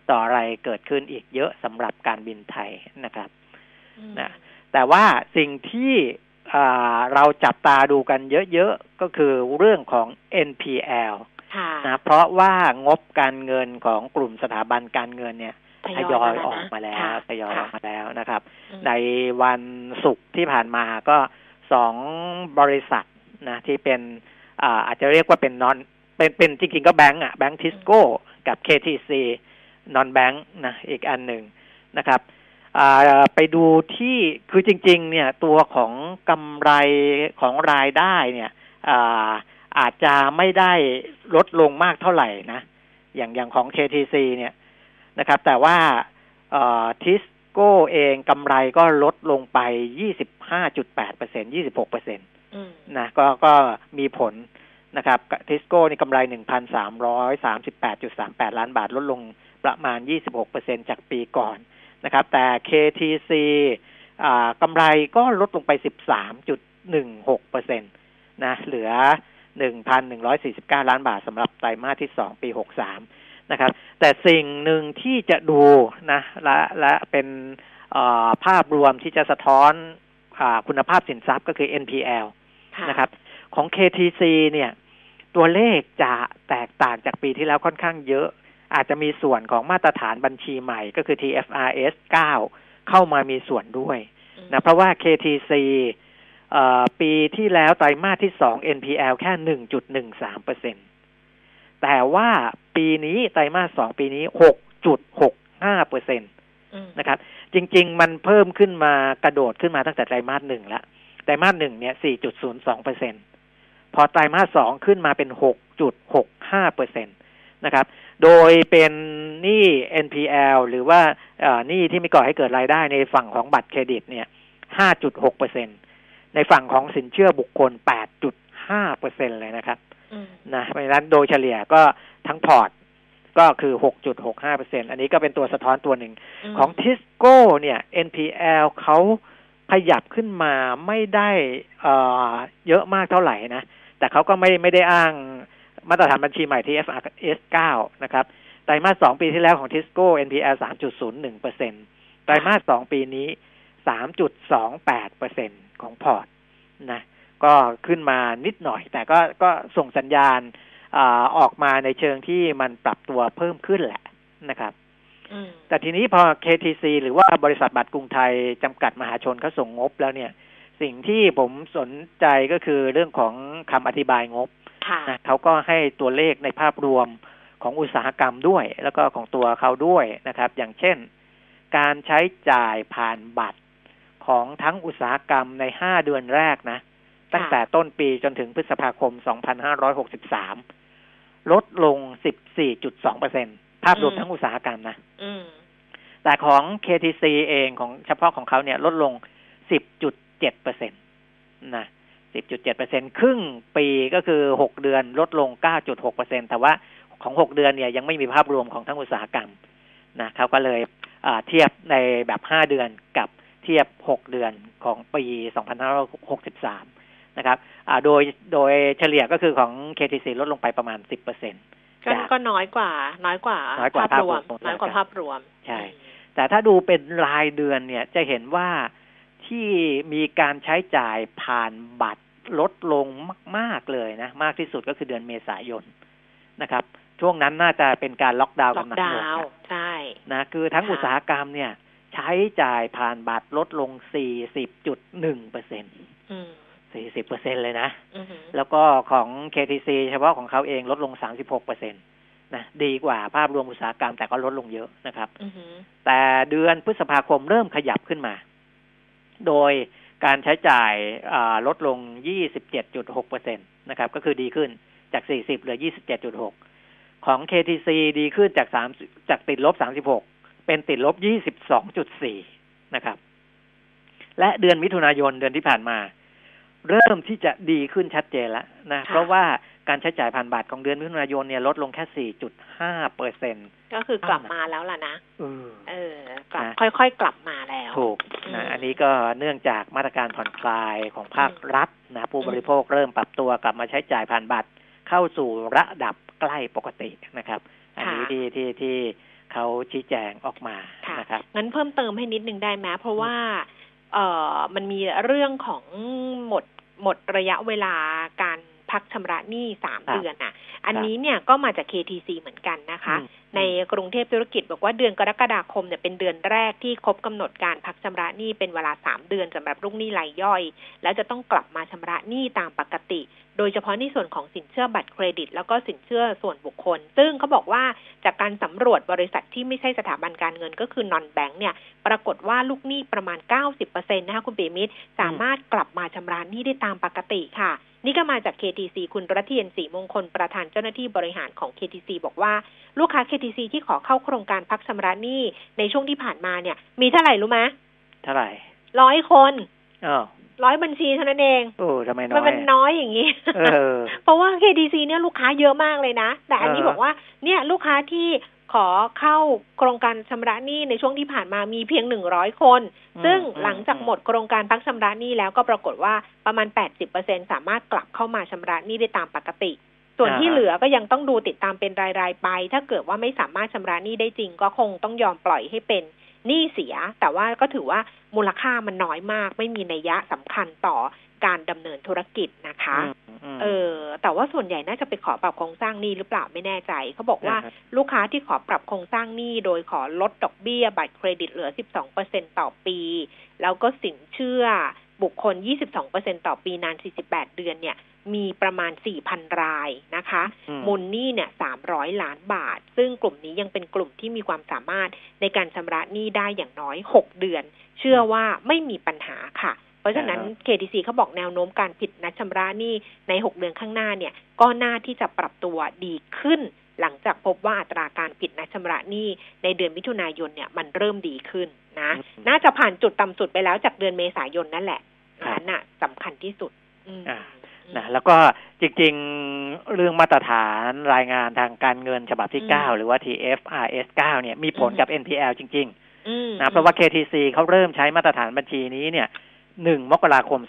ต่ออะไรเกิดขึ้นอีกเยอะสำหรับการบินไทยนะครับนะแต่ว่าสิ่งที่เราจับตาดูกันเยอะๆก็คือเรื่องของ NPL นะเพราะว่างบการเงินของกลุ่มสถาบันการเงินเนี่ยทยอยออกมาแล้วนะครับในวันศุกร์ที่ผ่านมาก็2บริษัทนะที่เป็นอาจจะเรียกว่าเป็นเป็นจริงๆก็แบงก์แบงก์ทิสโก้กับ KTC นอนแบงก์นะอีกอันหนึ่งนะครับไปดูที่คือจริงๆเนี่ยตัวของกำไรของรายได้เนี่ยอาจจะไม่ได้ลดลงมากเท่าไหร่นะอย่างของ KTC เนี่ยนะครับแต่ว่าทิสโก้เองกำไรก็ลดลงไป 25.8% 26% นะก็มีผลนะครับทิสโก้นี่กำไร 1,338.38 ล้านบาทลดลงประมาณ 26% จากปีก่อนนะครับแต่ KTC กำไรก็ลดลงไป 13.16% นะเหลือ 1,149 ล้านบาทสำหรับไตรมาสที่2ปี63นะครับแต่สิ่งหนึ่งที่จะดูนะและเป็นภาพรวมที่จะสะท้อนคุณภาพสินทรัพย์ก็คือ NPL นะครับของ KTC เนี่ยตัวเลขจะแตกต่างจากปีที่แล้วค่อนข้างเยอะอาจจะมีส่วนของมาตรฐานบัญชีใหม่ก็คือ TFRS 9 เข้ามามีส่วนด้วยนะเพราะว่า KTC ปีที่แล้วไตรมาสที่2 NPL แค่ 1.13% แต่ว่าปีนี้ไตรมาส2ปีนี้ 6.65% นะครับจริงๆมันเพิ่มขึ้นมากระโดดขึ้นมาตั้งแต่ไตรมาส1แล้วไตรมาส1เนี่ย 4.02% พอไตรมาส2ขึ้นมาเป็น 6.65% นะครับโดยเป็นหนี้ NPL หรือว่าหนี้ที่ไม่ก่อให้เกิดรายได้ในฝั่งของบัตรเครดิตเนี่ย 5.6% ในฝั่งของสินเชื่อบุคคล 8.5% เลยนะครับนะเพราะฉะนั้นโดยเฉลี่ยก็ทั้งพอร์ตก็คือ 6.65% อันนี้ก็เป็นตัวสะท้อนตัวหนึ่งของทิสโก้เนี่ย NPL เขาขยับขึ้นมาไม่ได้เยอะมากเท่าไหร่นะแต่เขาก็ไม่ได้อ้างมาตรฐานบัญชีใหม่ TFRS 9 นะครับไตรมาส2ปีที่แล้วของทิสโก้ NPL 3.01% ไตรมาส2ปีนี้ 3.28% ของพอร์ตนะก็ขึ้นมานิดหน่อยแต่ก็ส่งสัญญาณออกมาในเชิงที่มันปรับตัวเพิ่มขึ้นแหละนะครับแต่ทีนี้พอ KTC หรือว่าบริษัทบัตรกรุงไทยจำกัดมหาชนเขาส่งงบแล้วเนี่ยสิ่งที่ผมสนใจก็คือเรื่องของคำอธิบายงบนะเขาก็ให้ตัวเลขในภาพรวมของอุตสาหกรรมด้วยแล้วก็ของตัวเขาด้วยนะครับอย่างเช่นการใช้จ่ายผ่านบัตรของทั้งอุตสาหกรรมใน5เดือนแรกนะตั้งแต่ต้นปีจนถึงพฤษภาคม 2563 ลดลง 14.2% ภาพรวมทั้งอุตสาหกรรมนะแต่ของ KTC เองของเฉพาะของเขาเนี่ยลดลง 10.7% นะ 10.7% ครึ่งปีก็คือ6เดือนลดลง 9.6% แต่ว่าของ6เดือนเนี่ยยังไม่มีภาพรวมของทั้งอุตสาหกรรมนะเขาก็เลยเทียบในแบบ5เดือนกับเทียบ6เดือนของปี 2563 นะครับโดยเฉลี่ยก็คือของ KTC ลดลงไปประมาณ 10% ก็น้อยกว่าภาพรวมใช่แต่ถ้าดูเป็นรายเดือนเนี่ยจะเห็นว่าที่มีการใช้จ่ายผ่านบัตรลดลงมากๆเลยนะมากที่สุดก็คือเดือนเมษายนนะครับช่วงนั้นน่าจะเป็นการล็อกดาวน์กันหนักหน่วงใช่นะคือทั้งอุตสาหกรรมเนี่ยใช้จ่ายผ่านบัตรลดลง 40.1% 40% เลยนะแล้วก็ของ KTC เฉพาะของเขาเองลดลง 36% นะดีกว่าภาพรวมอุตสาหกรรมแต่ก็ลดลงเยอะนะครับแต่เดือนพฤษภาคมเริ่มขยับขึ้นมาโดยการใช้จ่ายลดลง 27.6% นะครับก็คือดีขึ้นจาก40เหลือ 27.6 ของ KTC ดีขึ้นจากติดลบ36เป็นติดลบ 22.4 นะครับและเดือนมิถุนายนเดือนที่ผ่านมาเริ่มที่จะดีขึ้นชัดเจนแล้วนะเพราะว่าการใช้จ่ายผ่านบัตรของเดือนมิถุนายนเนี่ยลดลงแค่ 4.5% ก็คือกลับมาแล้วล่ะนะกลับค่อยๆกลับมาแล้วถูกนะอันนี้ก็เนื่องจากมาตรการผ่อนคลายของภาครัฐนะผู้บริโภคเริ่มปรับตัวกลับมาใช้จ่ายผ่านบัตรเข้าสู่ระดับใกล้ปกตินะครับอันนี้ที่เขาชี้แจงออกมานะครับงั้นเพิ่มเติมให้นิดนึงได้ไหมเพราะว่ามันมีเรื่องของหมดระยะเวลาการพักชำระหนี้3 เดือนอันนี้เนี่ยก็มาจาก KTC เหมือนกันนะคะในกรุงเทพธุรกิจบอกว่าเดือนกรกฎาคมเนี่ยเป็นเดือนแรกที่ครบกำหนดการพักชำระหนี้เป็นเวลา3 เดือนสำหรับลูกหนี้รายย่อยแล้วจะต้องกลับมาชำระหนี้ตามปกติโดยเฉพาะในส่วนของสินเชื่อบัตรเครดิตแล้วก็สินเชื่อส่วนบุคคลซึ่งเขาบอกว่าจากการสำรวจบริษัทที่ไม่ใช่สถาบันการเงินก็คือนอนแบงค์เนี่ยปรากฏว่าลูกหนี้ประมาณ 90% นะคะคุณปิยมิตรสามารถกลับมาชำระหนี้ได้ตามปกติค่ะนี่ก็มาจาก KTC คุณรัตเทียนศรีมงคลประธานเจ้าหน้าที่บริหารของ KTC บอกว่าลูกค้า KTC ที่ขอเข้าโครงการพักชำระหนี้ในช่วงที่ผ่านมาเนี่ยมีเท่าไหร่รู้ไหมเท่าไหร่ 100 คน100 บัญชีเท่านั้นเองทำไมน้อยมันน้อยอย่างนี้ เพราะว่า KTC เนี่ยลูกค้าเยอะมากเลยนะแต่อันนี้บอกว่าเนี่ยลูกค้าที่ขอเข้าโครงการชำระหนี้ในช่วงที่ผ่านมามีเพียง100 คนซึ่งหลังจากหมดโครงการพักชำระหนี้แล้วก็ปรากฏว่าประมาณ 80% สามารถกลับเข้ามาชำระหนี้ได้ตามปกติส่วนที่เหลือก็ยังต้องดูติดตามเป็นรายๆไปถ้าเกิดว่าไม่สามารถชำระหนี้ได้จริงก็คงต้องยอมปล่อยให้เป็นหนี้เสียแต่ว่าก็ถือว่ามูลค่ามันน้อยมากไม่มีนัยยะสำคัญต่อการดำเนินธุรกิจนะคะแต่ว่าส่วนใหญ่น่าจะไปขอปรับโครงสร้างหนี้หรือเปล่าไม่แน่ใจเขาบอกว่าลูกค้าที่ขอปรับโครงสร้างหนี้โดยขอลดดอกเบี้ยบัตรเครดิตเหลือ 12% ต่อปีแล้วก็สินเชื่อบุคคล 22% ต่อปีนาน48 เดือนเนี่ยมีประมาณ 4,000 รายนะคะมูลหนี้เนี่ย300 ล้านบาทซึ่งกลุ่มนี้ยังเป็นกลุ่มที่มีความสามารถในการชำระหนี้ได้อย่างน้อย6 เดือนเชื่อว่าไม่มีปัญหาค่ะเพราะฉะนั้น KTC เขาบอกแนวโน้มการผิดนัดชำระหนี้ใน6 เดือนข้างหน้าเนี่ยก็น่าที่จะปรับตัวดีขึ้นหลังจากพบว่าอัตราการผิดนัดชำระหนี้ในเดือนมิถุนายนเนี่ยมันเริ่มดีขึ้นนะน่าจะผ่านจุดต่ำสุดไปแล้วจากเดือนเมษายนนั่นแหละนั่นน่ะสำคัญที่สุดนะแล้วก็จริงๆเรื่องมาตรฐานรายงานทางการเงินฉบับที่9หรือว่า TFRS 9เนี่ยมีผลกับ NPL จริงๆนะเพราะว่า KTC เขาเริ่มใช้มาตรฐานบัญชีนี้เนี่ย1 มกราคม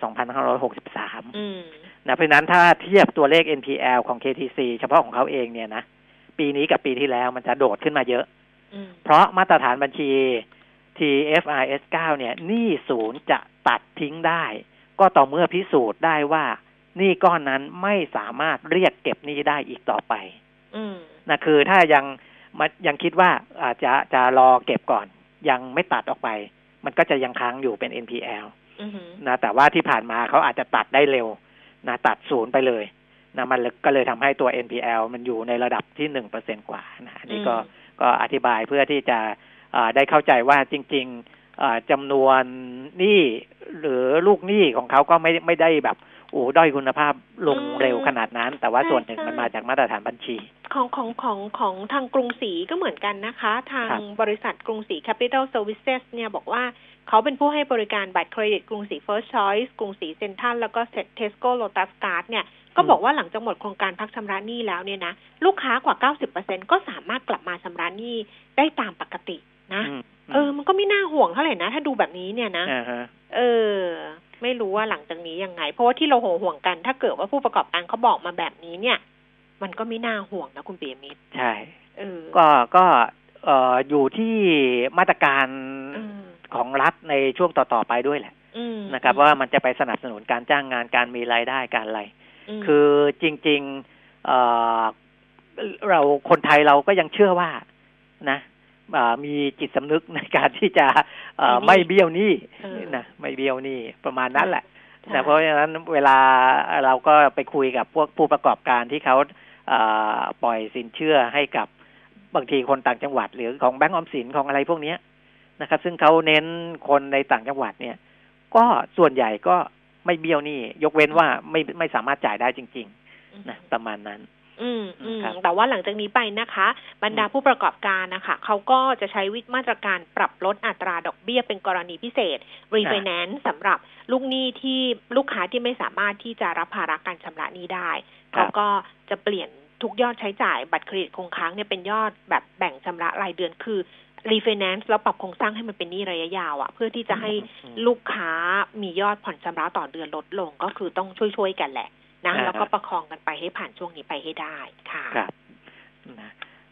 2563นะเพราะนั้นถ้าเทียบตัวเลข NPL ของ KTC เฉพาะของเขาเองเนี่ยนะปีนี้กับปีที่แล้วมันจะโดดขึ้นมาเยอะเพราะมาตรฐานบัญชี TFRS 9เนี่ยหนี้ศูนย์จะตัดทิ้งได้ก็ต่อเมื่อพิสูจน์ได้ว่าหนี้ก้อนนั้นไม่สามารถเรียกเก็บหนี้ได้อีกต่อไปนะคือถ้ายังคิดว่าจะรอเก็บก่อนยังไม่ตัดออกไปมันก็จะยังค้างอยู่เป็น NPL นะแต่ว่าที่ผ่านมาเขาอาจจะตัดได้เร็วนะตัดศูนย์ไปเลยนะมันก็เลยทำให้ตัว NPL มันอยู่ในระดับที่ 1% กว่านะนี่ก็อธิบายเพื่อที่จะได้เข้าใจว่าจริงๆจำนวนหนี้หรือลูกหนี้ของเขาก็ไม่ได้แบบด้อยคุณภาพลงเร็วขนาดนั้นแต่ว่าส่วนหนึ่งมันมาจากมาตรฐานบัญชีของทางกรุงศรีก็เหมือนกันนะคะทางบริษัทกรุงศรี Capital Services เนี่ยบอกว่าเขาเป็นผู้ให้บริการบัตรเครดิตกรุงศรี First Choice กรุงศรีเซ็นทรัลแล้วก็ Tesco Lotus Card เนี่ยก็บอกว่าหลังจากหมดโครงการพักชำระหนี้แล้วเนี่ยนะลูกค้ากว่า 90% ก็สามารถกลับมาชำระหนี้ได้ตามปกตินะมันก็ไม่น่าห่วงเท่าไหร่นะถ้าดูแบบนี้เนี่ยนะไม่รู้ว่าหลังจากนี้ยังไงเพราะว่าที่เราห่วงกันถ้าเกิดว่าผู้ประกอบการเขาบอกมาแบบนี้เนี่ยมันก็ไม่น่าห่วงนะคุณปิยมิตรใช่ก็อยู่ที่มาตรการของรัฐในช่วงต่อๆไปด้วยแหละนะครับว่ามันจะไปสนับสนุนการจ้างงานการมีรายได้การอะไรคือจริงๆเราคนไทยเราก็ยังเชื่อว่านะมีจิตสำนึกในการที่จะไม่เบี้ยวหนี้นะไม่เบี้ยวหนี้ประมาณนั้นแหละนะเพราะฉะนั้นเวลาเราก็ไปคุยกับพวกผู้ประกอบการที่เขาปล่อยสินเชื่อให้กับบางทีคนต่างจังหวัดหรือของแบงก์ออมสินของอะไรพวกนี้นะครับซึ่งเขาเน้นคนในต่างจังหวัดเนี่ยก็ส่วนใหญ่ก็ไม่เบี้ยวหนี้ยกเว้นว่าไม่สามารถจ่ายได้จริงๆนะประมาณนั้นแต่ว่าหลังจากนี้ไปนะคะบรรดาผู้ประกอบการนะคะเขาก็จะใช้มาตรการปรับลดอัตราดอกเบี้ยเป็นกรณีพิเศษ refinance สำหรับลูกหนี้ที่ลูกค้าที่ไม่สามารถที่จะรับภาระการชำระหนี้ได้เขาก็จะเปลี่ยนทุกยอดใช้จ่ายบัตรเครดิตคงค้างเนี่ยเป็นยอดแบบแบ่งชำระรายเดือนคือ refinance แล้วปรับโครงสร้างให้มันเป็นหนี้ระยะยาวเพื่อที่จะให้ลูกค้ามียอดผ่อนชำระต่อเดือนลดลงก็คือต้องช่วยๆกันแหละนะแล้วก็ประคองกันไปให้ผ่านช่วงนี้ไปให้ได้ค่ะครับนะ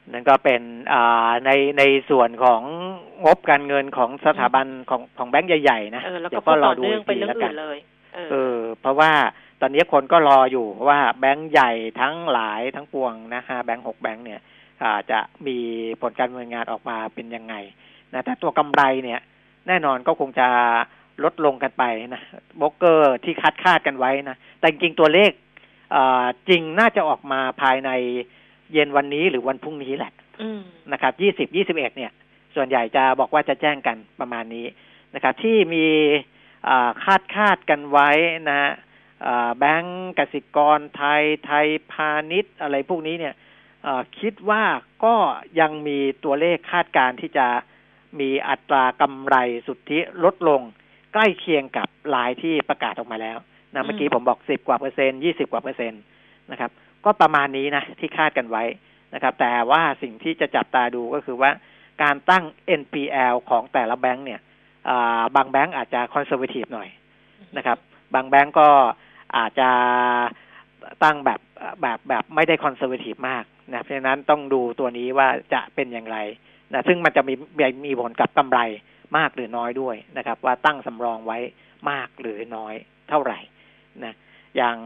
นั่นก็เป็นในส่วนของงบการเงินของสถาบันของแบงก์ใหญ่ๆนะเดี๋ยวก็รอดูอีกทีแล้วกันเพราะว่าตอนนี้คนก็รออยู่ว่าแบงก์ใหญ่ทั้งหลายทั้งปวงนะฮะแบงก์6แบงก์เนี่ยจะมีผลการดำเนินงานออกมาเป็นยังไงนะแต่ตัวกำไรเนี่ยแน่นอนก็คงจะลดลงกันไปนะโบรกเกอร์ที่คาดกันไว้นะแต่จริงๆตัวเลขจริงน่าจะออกมาภายในเย็นวันนี้หรือวันพรุ่งนี้แหละนะครับ20-21เนี่ยส่วนใหญ่จะบอกว่าจะแจ้งกันประมาณนี้นะครับที่มีคาดกันไว้นะแบงก์กสิกรไทยพาณิชย์อะไรพวกนี้เนี่ยคิดว่าก็ยังมีตัวเลขคาดการที่จะมีอัตรากำไรสุทธิลดลงใกล้เคียงกับรายที่ประกาศออกมาแล้วนะเมื่อกี้ผมบอก10 กว่าเปอร์เซ็นต์20 กว่าเปอร์เซ็นต์นะครับก็ประมาณนี้นะที่คาดกันไว้นะครับแต่ว่าสิ่งที่จะจับตาดูก็คือว่าการตั้ง NPL ของแต่ละแบงก์เนี่ยบางแบงก์อาจจะคอนเซอร์เวทีฟหน่อยนะครับบางแบงก์ก็อาจจะตั้งแบบไม่ได้คอนเซอร์เวทีฟมากนะเพราะฉะนั้นต้องดูตัวนี้ว่าจะเป็นอย่างไรนะซึ่งมันจะมีผลกับกำไรมากหรือน้อยด้วยนะครับว่าตั้งสำรองไว้มากหรือน้อยเท่าไหร่นะอย่าง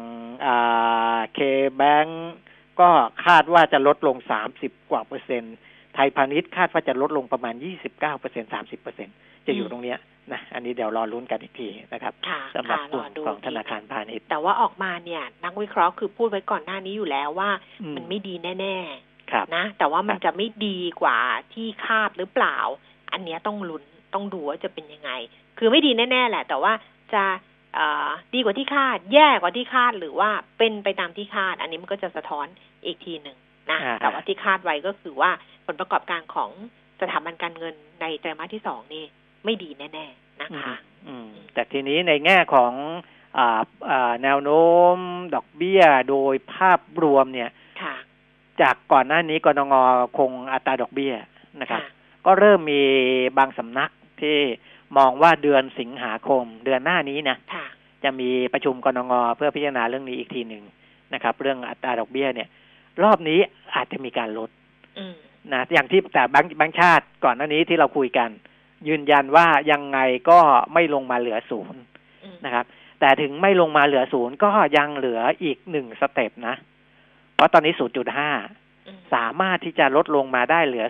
K-Bank ก็คาดว่าจะลดลง30 กว่าเปอร์เซ็นต์ไทยพาณิชย์คาดว่าจะลดลงประมาณ 29% 30% จะอยู่ตรงนี้นะอันนี้เดี๋ยวรอลุ้นกันอีกทีนะครับสำหรับกลุ่มของธนาคารพาณิชย์แต่ว่าออกมาเนี่ยนักวิเคราะห์คือพูดไว้ก่อนหน้านี้อยู่แล้วว่ามันไม่ดีแน่ๆนะแต่ว่ามันจะไม่ดีกว่าที่คาดหรือเปล่าอันนี้ต้องลุ้นต้องดูว่าจะเป็นยังไงคือไม่ดีแน่ๆแหละแต่ว่าจะดีกว่าที่คาดแย่กว่าที่คาดหรือว่าเป็นไปตามที่คาดอันนี้มันก็จะสะท้อนอีกทีหนึ่งนะแต่ว่าที่คาดไว้ก็คือว่าผลประกอบการของสถาบันการเงินในไตรมาสที่2นี่ไม่ดีแน่ๆนะคะแต่ทีนี้ในแง่ของแนวโน้มดอกเบี้ยโดยภาพรวมเนี่ยจากก่อนหน้านี้กนง.คงอัตราดอกเบี้ยนะครับก็เริ่มมีบางสำนักที่มองว่าเดือนสิงหาคมเดือนหน้านี้นะจะมีประชุมกนง.เพื่อพิจารณาเรื่องนี้อีกทีหนึ่งนะครับเรื่องอัตราดอกเบี้ยเนี่ยรอบนี้อาจจะมีการลดนะอย่างที่แต่แบงก์ชาติก่อนหน้านี้ที่เราคุยกันยืนยันว่ายังไงก็ไม่ลงมาเหลือ0นะครับแต่ถึงไม่ลงมาเหลือ0ก็ยังเหลืออีก1สเต็ปนะเพราะตอนนี้ 0.5 สามารถที่จะลดลงมาได้เหลือ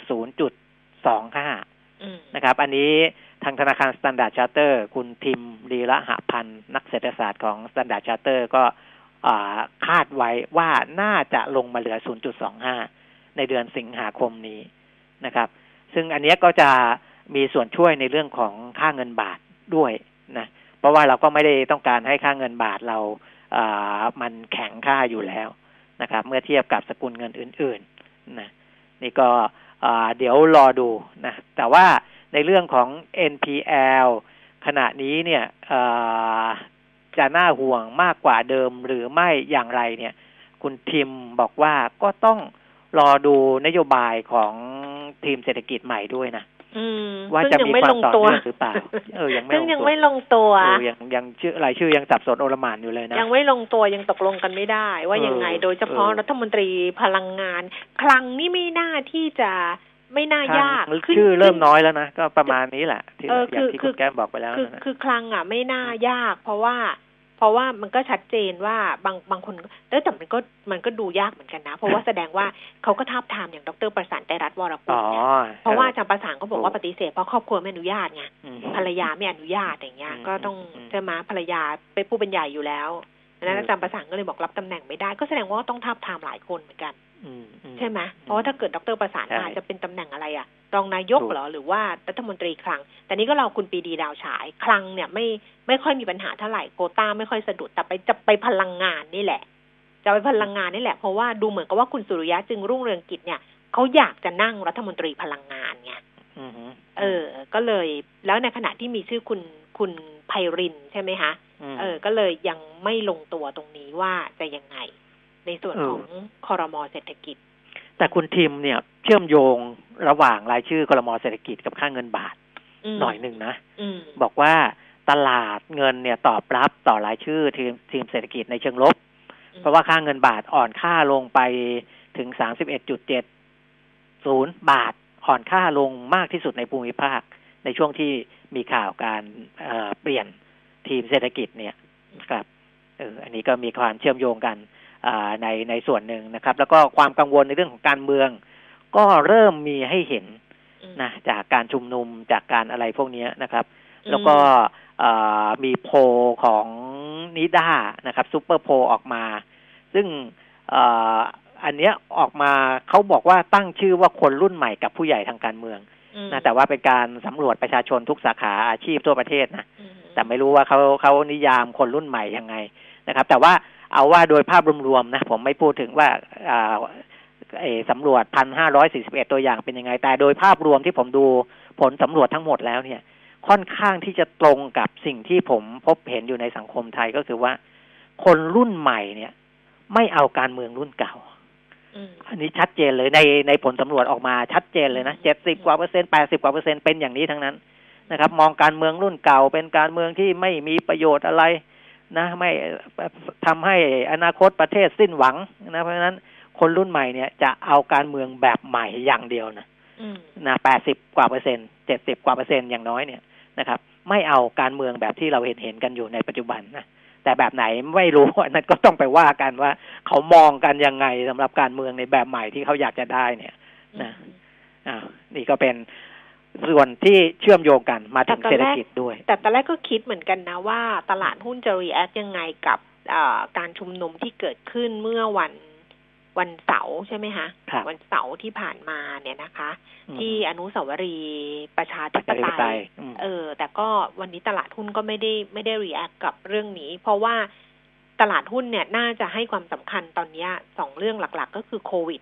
0.25 นะครับอันนี้ทางธนาคาร Standard Charter คุณทิมลีระหพันธ์นักเศรษฐศาสตร์ของ Standard Charter ก็คาดไว้ว่าน่าจะลงมาเหลือ 0.25 ในเดือนสิงหาคมนี้นะครับซึ่งอันนี้ก็จะมีส่วนช่วยในเรื่องของค่าเงินบาทด้วยนะเพราะว่าเราก็ไม่ได้ต้องการให้ค่าเงินบาทเรามันแข็งค่าอยู่แล้วนะครับเมื่อเทียบกับสกุลเงินอื่นๆนะนี่ก็เดี๋ยวรอดูนะแต่ว่าในเรื่องของ NPL ขณะนี้เนี่ยจะน่าห่วงมากกว่าเดิมหรือไม่อย่างไรเนี่ยคุณทิมบอกว่าก็ต้องรอดูนโยบายของทีมเศรษฐกิจใหม่ด้วยนะว่าจะมีความต่อเนื่องหรือเปล่ายังไม่ลงตัวยังชื่อรายชื่อยังสับสนโอลหม่านอยู่เลยนะยังไม่ลงตัวยังตกลงกันไม่ได้ว่ายังไงโดยเฉพาะรัฐมนตรีพลังงานคลังนี่ไม่น่าที่จะไม่น่ายากชื่อเริ่มน้อยแล้วนะก็ประมาณนี้แหละที่อย่างที่คุณแก้มบอกไปแล้วคือคลังอ่ะไม่น่ายากเพราะว่ามันก็ชัดเจนว่าบางคนแต่มันก็ดูยากเหมือนกันนะเพราะว่าแสดงว่าเขาก็ทาบทามอย่างดร.ประสานไตรรัตน์วรกุลเนี่ยเพราะว่าอาจารย์ประสานก็บอกว่าปฏิเสธเพราะครอบครัวไม่อนุญาตไงภรรยาไม่อนุญาตอย่างเงี้ยก็ต้องใช่ไหมภรรยาเป็นผู้เป็นใหญ่อยู่แล้วนั้นอาจารย์ประสานก็เลยบอกรับตำแหน่งไม่ได้ก็แสดงว่าต้องทาบทามหลายคนเหมือนกันใช่ไหมเพราะว่าถ้าเกิดดร.ประสานมาจะเป็นตำแหน่งอะไรอะรองนายกเหรอหรือว่ารัฐมนตรีคลังแต่นี้ก็เราคุณปีดีดาวฉายคลังเนี่ยไม่ค่อยมีปัญหาเท่าไหร่โควต้าไม่ค่อยสะดุดแต่จะไปพลังงานนี่แหละจะไปพลังงานนี่แหละเพราะว่าดูเหมือนกับว่าคุณสุริยะจึงรุ่งเรืองกิจเนี่ยเขาอยากจะนั่งรัฐมนตรีพลังงานไงก็เลยแล้วในขณะที่มีชื่อคุณไพรินใช่ไหมคะก็เลยยังไม่ลงตัวตรงนี้ว่าจะยังไงในส่วนของครม.เศรษฐกิจแต่คุณทิมเนี่ยเชื่อมโยงระหว่างรายชื่อครม.เศรษฐกิจกับค่าเงินบาทหน่อยหนึ่งนะบอกว่าตลาดเงินเนี่ยตอบรับต่อรายชื่อทีมเศรษฐกิจในเชิงลบเพราะว่าค่าเงินบาทอ่อนค่าลงไปถึง 31.7 บาทอ่อนค่าลงมากที่สุดในภูมิภาคในช่วงที่มีข่าวการเปลี่ยนทีมเศรษฐกิจเนี่ยครับอันนี้ก็มีความเชื่อมโยงกันในส่วนหนึ่งนะครับแล้วก็ความกังวลในเรื่องของการเมืองก็เริ่มมีให้เห็นนะจากการชุมนุมจากการอะไรพวกนี้นะครับแล้วก็มีโพลของนิด้านะครับซุปเปอร์โพลออกมาซึ่งอันเนี้ยออกมาเขาบอกว่าตั้งชื่อว่าคนรุ่นใหม่กับผู้ใหญ่ทางการเมืองนะแต่ว่าเป็นการสำรวจประชาชนทุกสาขาอาชีพทั่วประเทศนะแต่ไม่รู้ว่าเขานิยามคนรุ่นใหม่ยังไงนะครับแต่ว่าเอาว่าโดยภาพรวมๆนะผมไม่พูดถึงว่าสำรวจ 1,541 ตัวอย่างเป็นยังไงแต่โดยภาพรวมที่ผมดูผลสำรวจทั้งหมดแล้วเนี่ยค่อนข้างที่จะตรงกับสิ่งที่ผมพบเห็นอยู่ในสังคมไทยก็คือว่าคนรุ่นใหม่เนี่ยไม่เอาการเมืองรุ่นเก่าอันนี้ชัดเจนเลยในผลสำรวจออกมาชัดเจนเลยนะ70 กว่าเปอร์เซ็นต์80 กว่าเปอร์เซ็นต์เป็นอย่างนี้ทั้งนั้นนะครับมองการเมืองรุ่นเก่าเป็นการเมืองที่ไม่มีประโยชน์อะไรนะไม่ทำให้อนาคตประเทศสิ้นหวังนะเพราะฉะนั้นคนรุ่นใหม่เนี่ยจะเอาการเมืองแบบใหม่อย่างเดียวนะ80 กว่าเปอร์เซ็นต์70 กว่าเปอร์เซ็นต์อย่างน้อยเนี่ยนะครับไม่เอาการเมืองแบบที่เราเห็นกันอยู่ในปัจจุบันนะแต่แบบไหนไม่รู้นั่นก็ต้องไปว่ากันว่าเขามองกันยังไงสำหรับการเมืองในแบบใหม่ที่เขาอยากจะได้เนี่ยนะนี่ก็เป็นส่วนที่เชื่อมโยงกันมาถึงเศรษฐกิจด้วยแต่ตอนแรกก็คิดเหมือนกันนะว่าตลาดหุ้นจะรีแอคยังไงกับการชุมนุมที่เกิดขึ้นเมื่อวันเสาร์ใช่ไหมคะวันเสาร์ที่ผ่านมาเนี่ยนะคะที่อนุสาวรีย์ประชาธิปไตยแต่ก็วันนี้ตลาดหุ้นก็ไม่ได้รีแอคกับเรื่องนี้เพราะว่าตลาดหุ้นเนี่ยน่าจะให้ความสำคัญตอนนี้2เรื่องหลักๆก็คือโควิด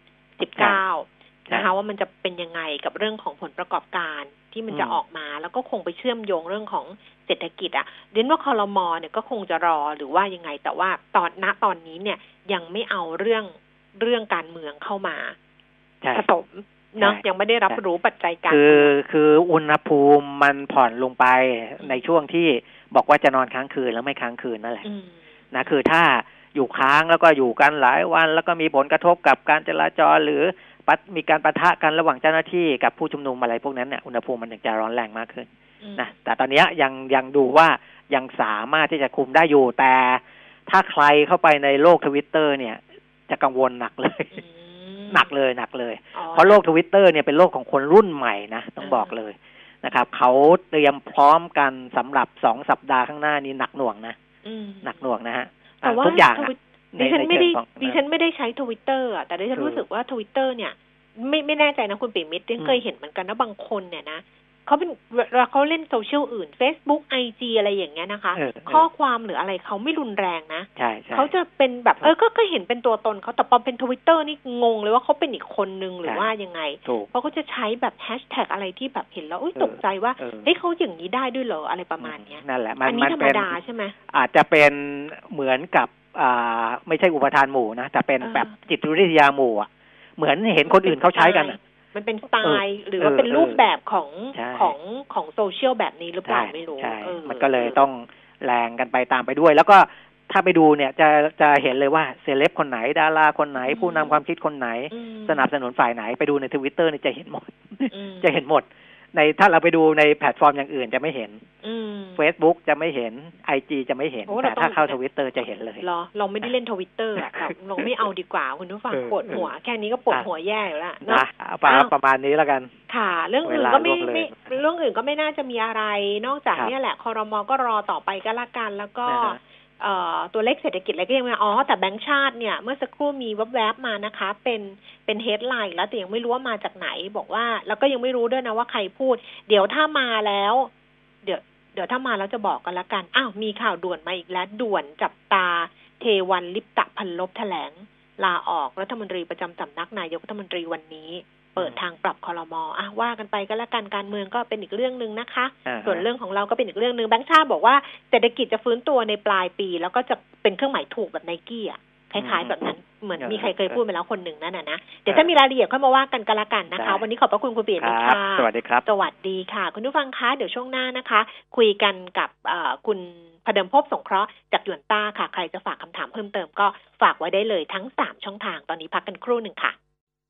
-19 นะคะว่ามันจะเป็นยังไงกับเรื่องของผลประกอบการที่มันจะออกมาแล้วก็คงไปเชื่อมโยงเรื่องของเศรษฐกิจเรียนว่าครม.เนี่ยก็คงจะรอหรือว่ายังไงแต่ว่าตอนนี้เนี่ยยังไม่เอาเรื่องการเมืองเข้ามาผสมเนาะยังไม่ได้รับรู้ปัจจัยการคืออุณหภูมิมันผ่อนลงไปในช่วงที่บอกว่าจะนอนค้างคืนแล้วไม่ค้างคืนนั่นแหละนะคือถ้าอยู่ค้างแล้วก็อยู่กันหลายวันแล้วก็มีผลกระทบกับการจราจรหรือมีการปะทะกันระหว่างเจ้าหน้าที่กับผู้ชุมนุมอะไรพวกนั้นเนี่ยอุณหภูมิมันถึงจะร้อนแรงมากขึ้นนะแต่ตอนนี้ยังดูว่ายังสามารถที่จะคุมได้อยู่แต่ถ้าใครเข้าไปในโลก Twitter เนี่ยจะกังวลหนักเลยหนักเลยเพราะโลก Twitter เนี่ยเป็นโลกของคนรุ่นใหม่นะต้องบอกเลยนะครับเขาเตรียมพร้อมกันสำหรับ2 สัปดาห์ข้างหน้านี้หนักหน่วงนะหนักหน่วงนะฮะทุกอย่างดิฉันไม่ได้ใช้ Twitter แต่ดิฉันรู้สึกว่า Twitter เนี่ยไม่แน่ใจนะคุณปิ่มมิตรเคยเห็นเหมือนกันนะบางคนเนี่ยนะเขาเล่นโซเชียลอื่น Facebook IG อะไรอย่างเงี้ยนะคะข้อความหรืออะไรเขาไม่รุนแรงนะเขาจะเป็นแบบก็เห็นเป็นตัวตนเขาแต่พอเป็น Twitter นี่งงเลยว่าเขาเป็นอีกคนนึงหรือว่ายังไงเพราะเขาจะใช้แบบแฮชแท็กอะไรที่แบบเห็นแล้วตกใจว่าเขาอย่างนี้ได้ด้วยเหรออะไรประมาณเนี้ยนั่นแหละอันนี้ธรรมดาใช่ไหมอาจจะเป็นเหมือนกับไม่ใช่อุปทานหมู่นะแต่เป็นแบบจิตวิทยาหมู่เหมือนเห็นคนอื่นเขาใช้กันมันเป็นสไตล์หรือว่าเป็นรูปแบบของโซเชียลแบบนี้หรือเปล่าไม่รู้มันก็เลยต้องแรงกันไปตามไปด้วยแล้วก็ถ้าไปดูเนี่ยจะเห็นเลยว่าเซเลบคนไหนดาราคนไหนผู้นำความคิดคนไหนสนับสนุนฝ่ายไหนไปดูใน Twitter นี่จะเห็นหมดจะเห็นหมดในถ้าเราไปดูในแพลตฟอร์มอย่างอื่นจะไม่เห็นFacebook จะไม่เห็น IG จะไม่เห็นแต่ถ้าเข้า Twitter จะเห็นเลยเราไม่ได้เล่น Twitter แต่เราไม่เอาดีกว่าคุณผู้ฟังปวดหัวแค่นี้ก็ปวดหัวแย่อยู่แล้วเนาะประมาณนี้แล้วกันค่ะเรื่องอื่นก็ไม่น่าจะมีอะไรนอกจากเนี่ยแหละครม.ก็รอต่อไปก็แล้วกันแล้วก็ตัวเลขเศรษฐกิจอะไรก็ยังไม่แต่แบงก์ชาติเนี่ยเมื่อสักครู่มีแวบๆมานะคะเป็นเฮดไลน์แล้วแต่ยังไม่รู้ว่ามาจากไหนบอกว่าแล้วก็ยังไม่รู้ด้วยนะว่าใครพูดเดี๋ยวถ้ามาแล้วเดี๋ยวถ้ามาแล้วจะบอกกันละกันมีข่าวด่วนมาอีกแล้วด่วนจับตาเทวันลิปตะพันลบแถลงลาออกรัฐมนตรีประจำสำนักนายกรัฐมนตรีวันนี้เปิดทางปรับครม.ว่ากันไปก็แล้วกันการเมืองก็เป็นอีกเรื่องนึงนะคะส่วนเรื่องของเราก็เป็นอีกเรื่องนึงแบงค์ชาติบอกว่าเศรษฐกิจจะฟื้นตัวในปลายปีแล้วก็จะเป็นเครื่องหมายถูกแบบ Nike คล้ายๆแบบนั้นเหมือนมีใครเคยพูดไปแล้วคนหนึ่งนั่นนะเดี๋ยวถ้ามีรายละเอียดค่อยมาว่ากันละกันนะคะวันนี้ขอบพระคุณคุณเปียมิตรค่ะสวัสดีครับสวัสดีค่ะคุณผู้ฟังคะเดี๋ยวช่วงหน้านะคะคุยกันกับคุณพเดิมภพสงเคราะห์จากหยวนต้าค่ะใครจะฝากคำถามเพิ่มเติมก็ฝากไว้ได้เลยทั้ง3ช่องทางตอนนี้พักกันครู่นึงค่ะ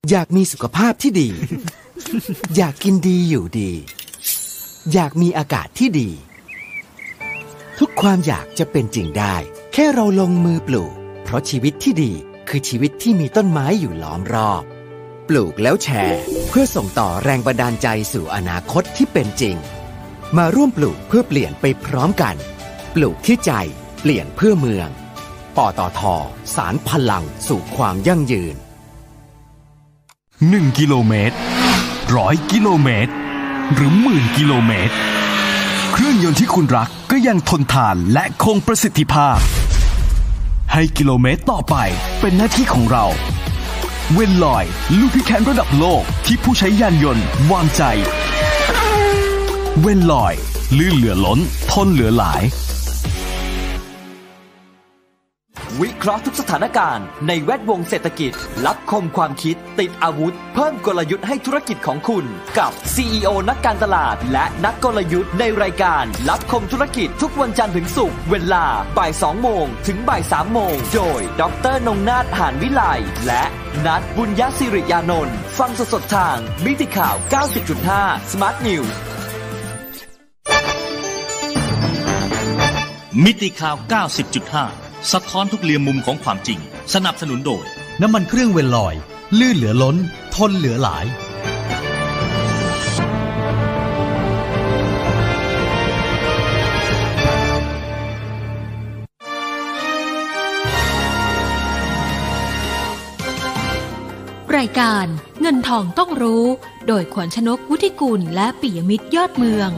อยากมีสุขภาพที่ดี อยากกินดีอยู่ดีอยากมีอากาศที่ดีทุกความอยากจะเป็นจริงได้แค่เราลงมือปลูกเพราะชีวิตที่ดีคือชีวิตที่มีต้นไม้อยู่ล้อมรอบปลูกแล้วแชร์เพื่อส่งต่อแรงบันดาลใจสู่อนาคตที่เป็นจริงมาร่วมปลูกเพื่อเปลี่ยนไปพร้อมกันปลูกที่ใจเปลี่ยนเพื่อเมืองปตท.สานพลังสู่ความยั่งยืน 1 กิโลเมตร100 กิโลเมตรหรือ10,000 กิโลเมตรเครื่องยนต์ที่คุณรักก็ยังทนทานและคงประสิทธิภาพให้กิโลเมตรต่อไปเป็นหน้าที่ของเราเวนลอยลูพิแคนระดับโลกที่ผู้ใช้ยานยนต์วางใจเวนลอยลื่นเหลือล้นทนเหลือหลายวิเคราะห์ทุกสถานการณ์ในแวดวงเศรษฐกิจรับคมความคิดติดอาวุธเพิ่มกลยุทธ์ให้ธุรกิจของคุณกับ CEO นักการตลาดและนักกลยุทธ์ในรายการรับคมธุรกิจทุกวันจันทร์ถึงศุกร์เวลาบ่าย 2 โมงถึงบ่าย 3 โมงโดยดร.นงนาถ หานวิไลและนัท บุญยศิริยานนท์ฟังสดๆทางมิติข่าว 90.5 Smart News มิติข่าว 90.5สะท้อนทุกเหลี่ยมมุมของความจริงสนับสนุนโดยน้ำมันเครื่องเวนลอยลื่นเหลือล้นทนเหลือหลายรายการเงินทองต้องรู้โดยขวัญชนก วุฒิกุลและปิยมิตรยอดเมือง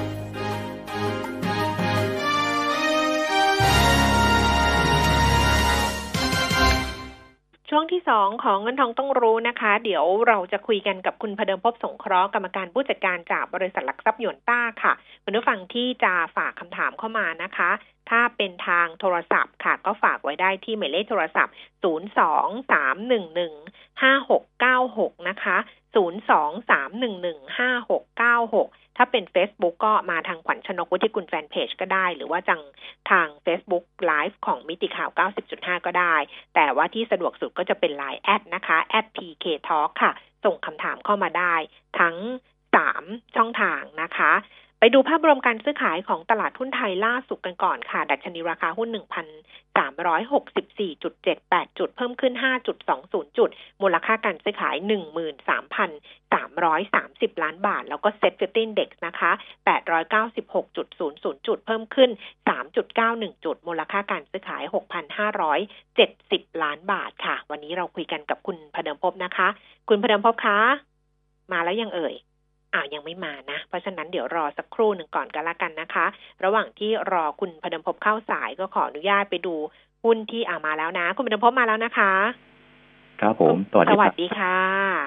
ช่วงที่2ของเงินทองต้องรู้นะคะเดี๋ยวเราจะคุยกันกับคุณพเดิมภพสงเคราะห์กรรมการผู้จัดการจากบริษัทหลักทรัพย์หยวนต้าค่ะคุณผู้ฟังที่จะฝากคำถามเข้ามานะคะถ้าเป็นทางโทรศัพท์ค่ะก็ฝากไว้ได้ที่หมายเลขโทรศัพท์023115696นะคะ023115696ถ้าเป็น Facebook ก็มาทางขวัญชนกวุฒิกุลแฟนเพจก็ได้หรือว่าทาง Facebook Live ของมิติข่าว 90.5 ก็ได้แต่ว่าที่สะดวกสุดก็จะเป็น LINE แอดนะคะ@pktalk ค่ะส่งคำถามเข้ามาได้ทั้ง3ช่องทางนะคะไปดูภาพรวมการซื้อขายของตลาดหุ้นไทยล่าสุดกันก่อนค่ะดัชนีราคาหุ้น 1,364.78 จุดเพิ่มขึ้น 5.20 จุดมูลค่าการซื้อขาย 13,330 ล้านบาทแล้วก็ Set 50 Index นะคะ896.00 จุดเพิ่มขึ้น 3.91 จุดมูลค่าการซื้อขาย 6,570 ล้านบาทค่ะวันนี้เราคุยกันกับคุณพเดิมภพนะคะคุณพเดิมภพคะมาแล้วยังเอ่ยยังไม่มานะเพราะฉะนั้นเดี๋ยวรอสักครู่หนึ่งก่อนก็แล้วกันนะคะระหว่างที่รอคุณพเดิมภพเข้าสายก็ขออนุญาตไปดูหุ้นที่มาแล้วนะคุณพเดิมภพมาแล้วนะคะครับผมสวัสดีค่ะ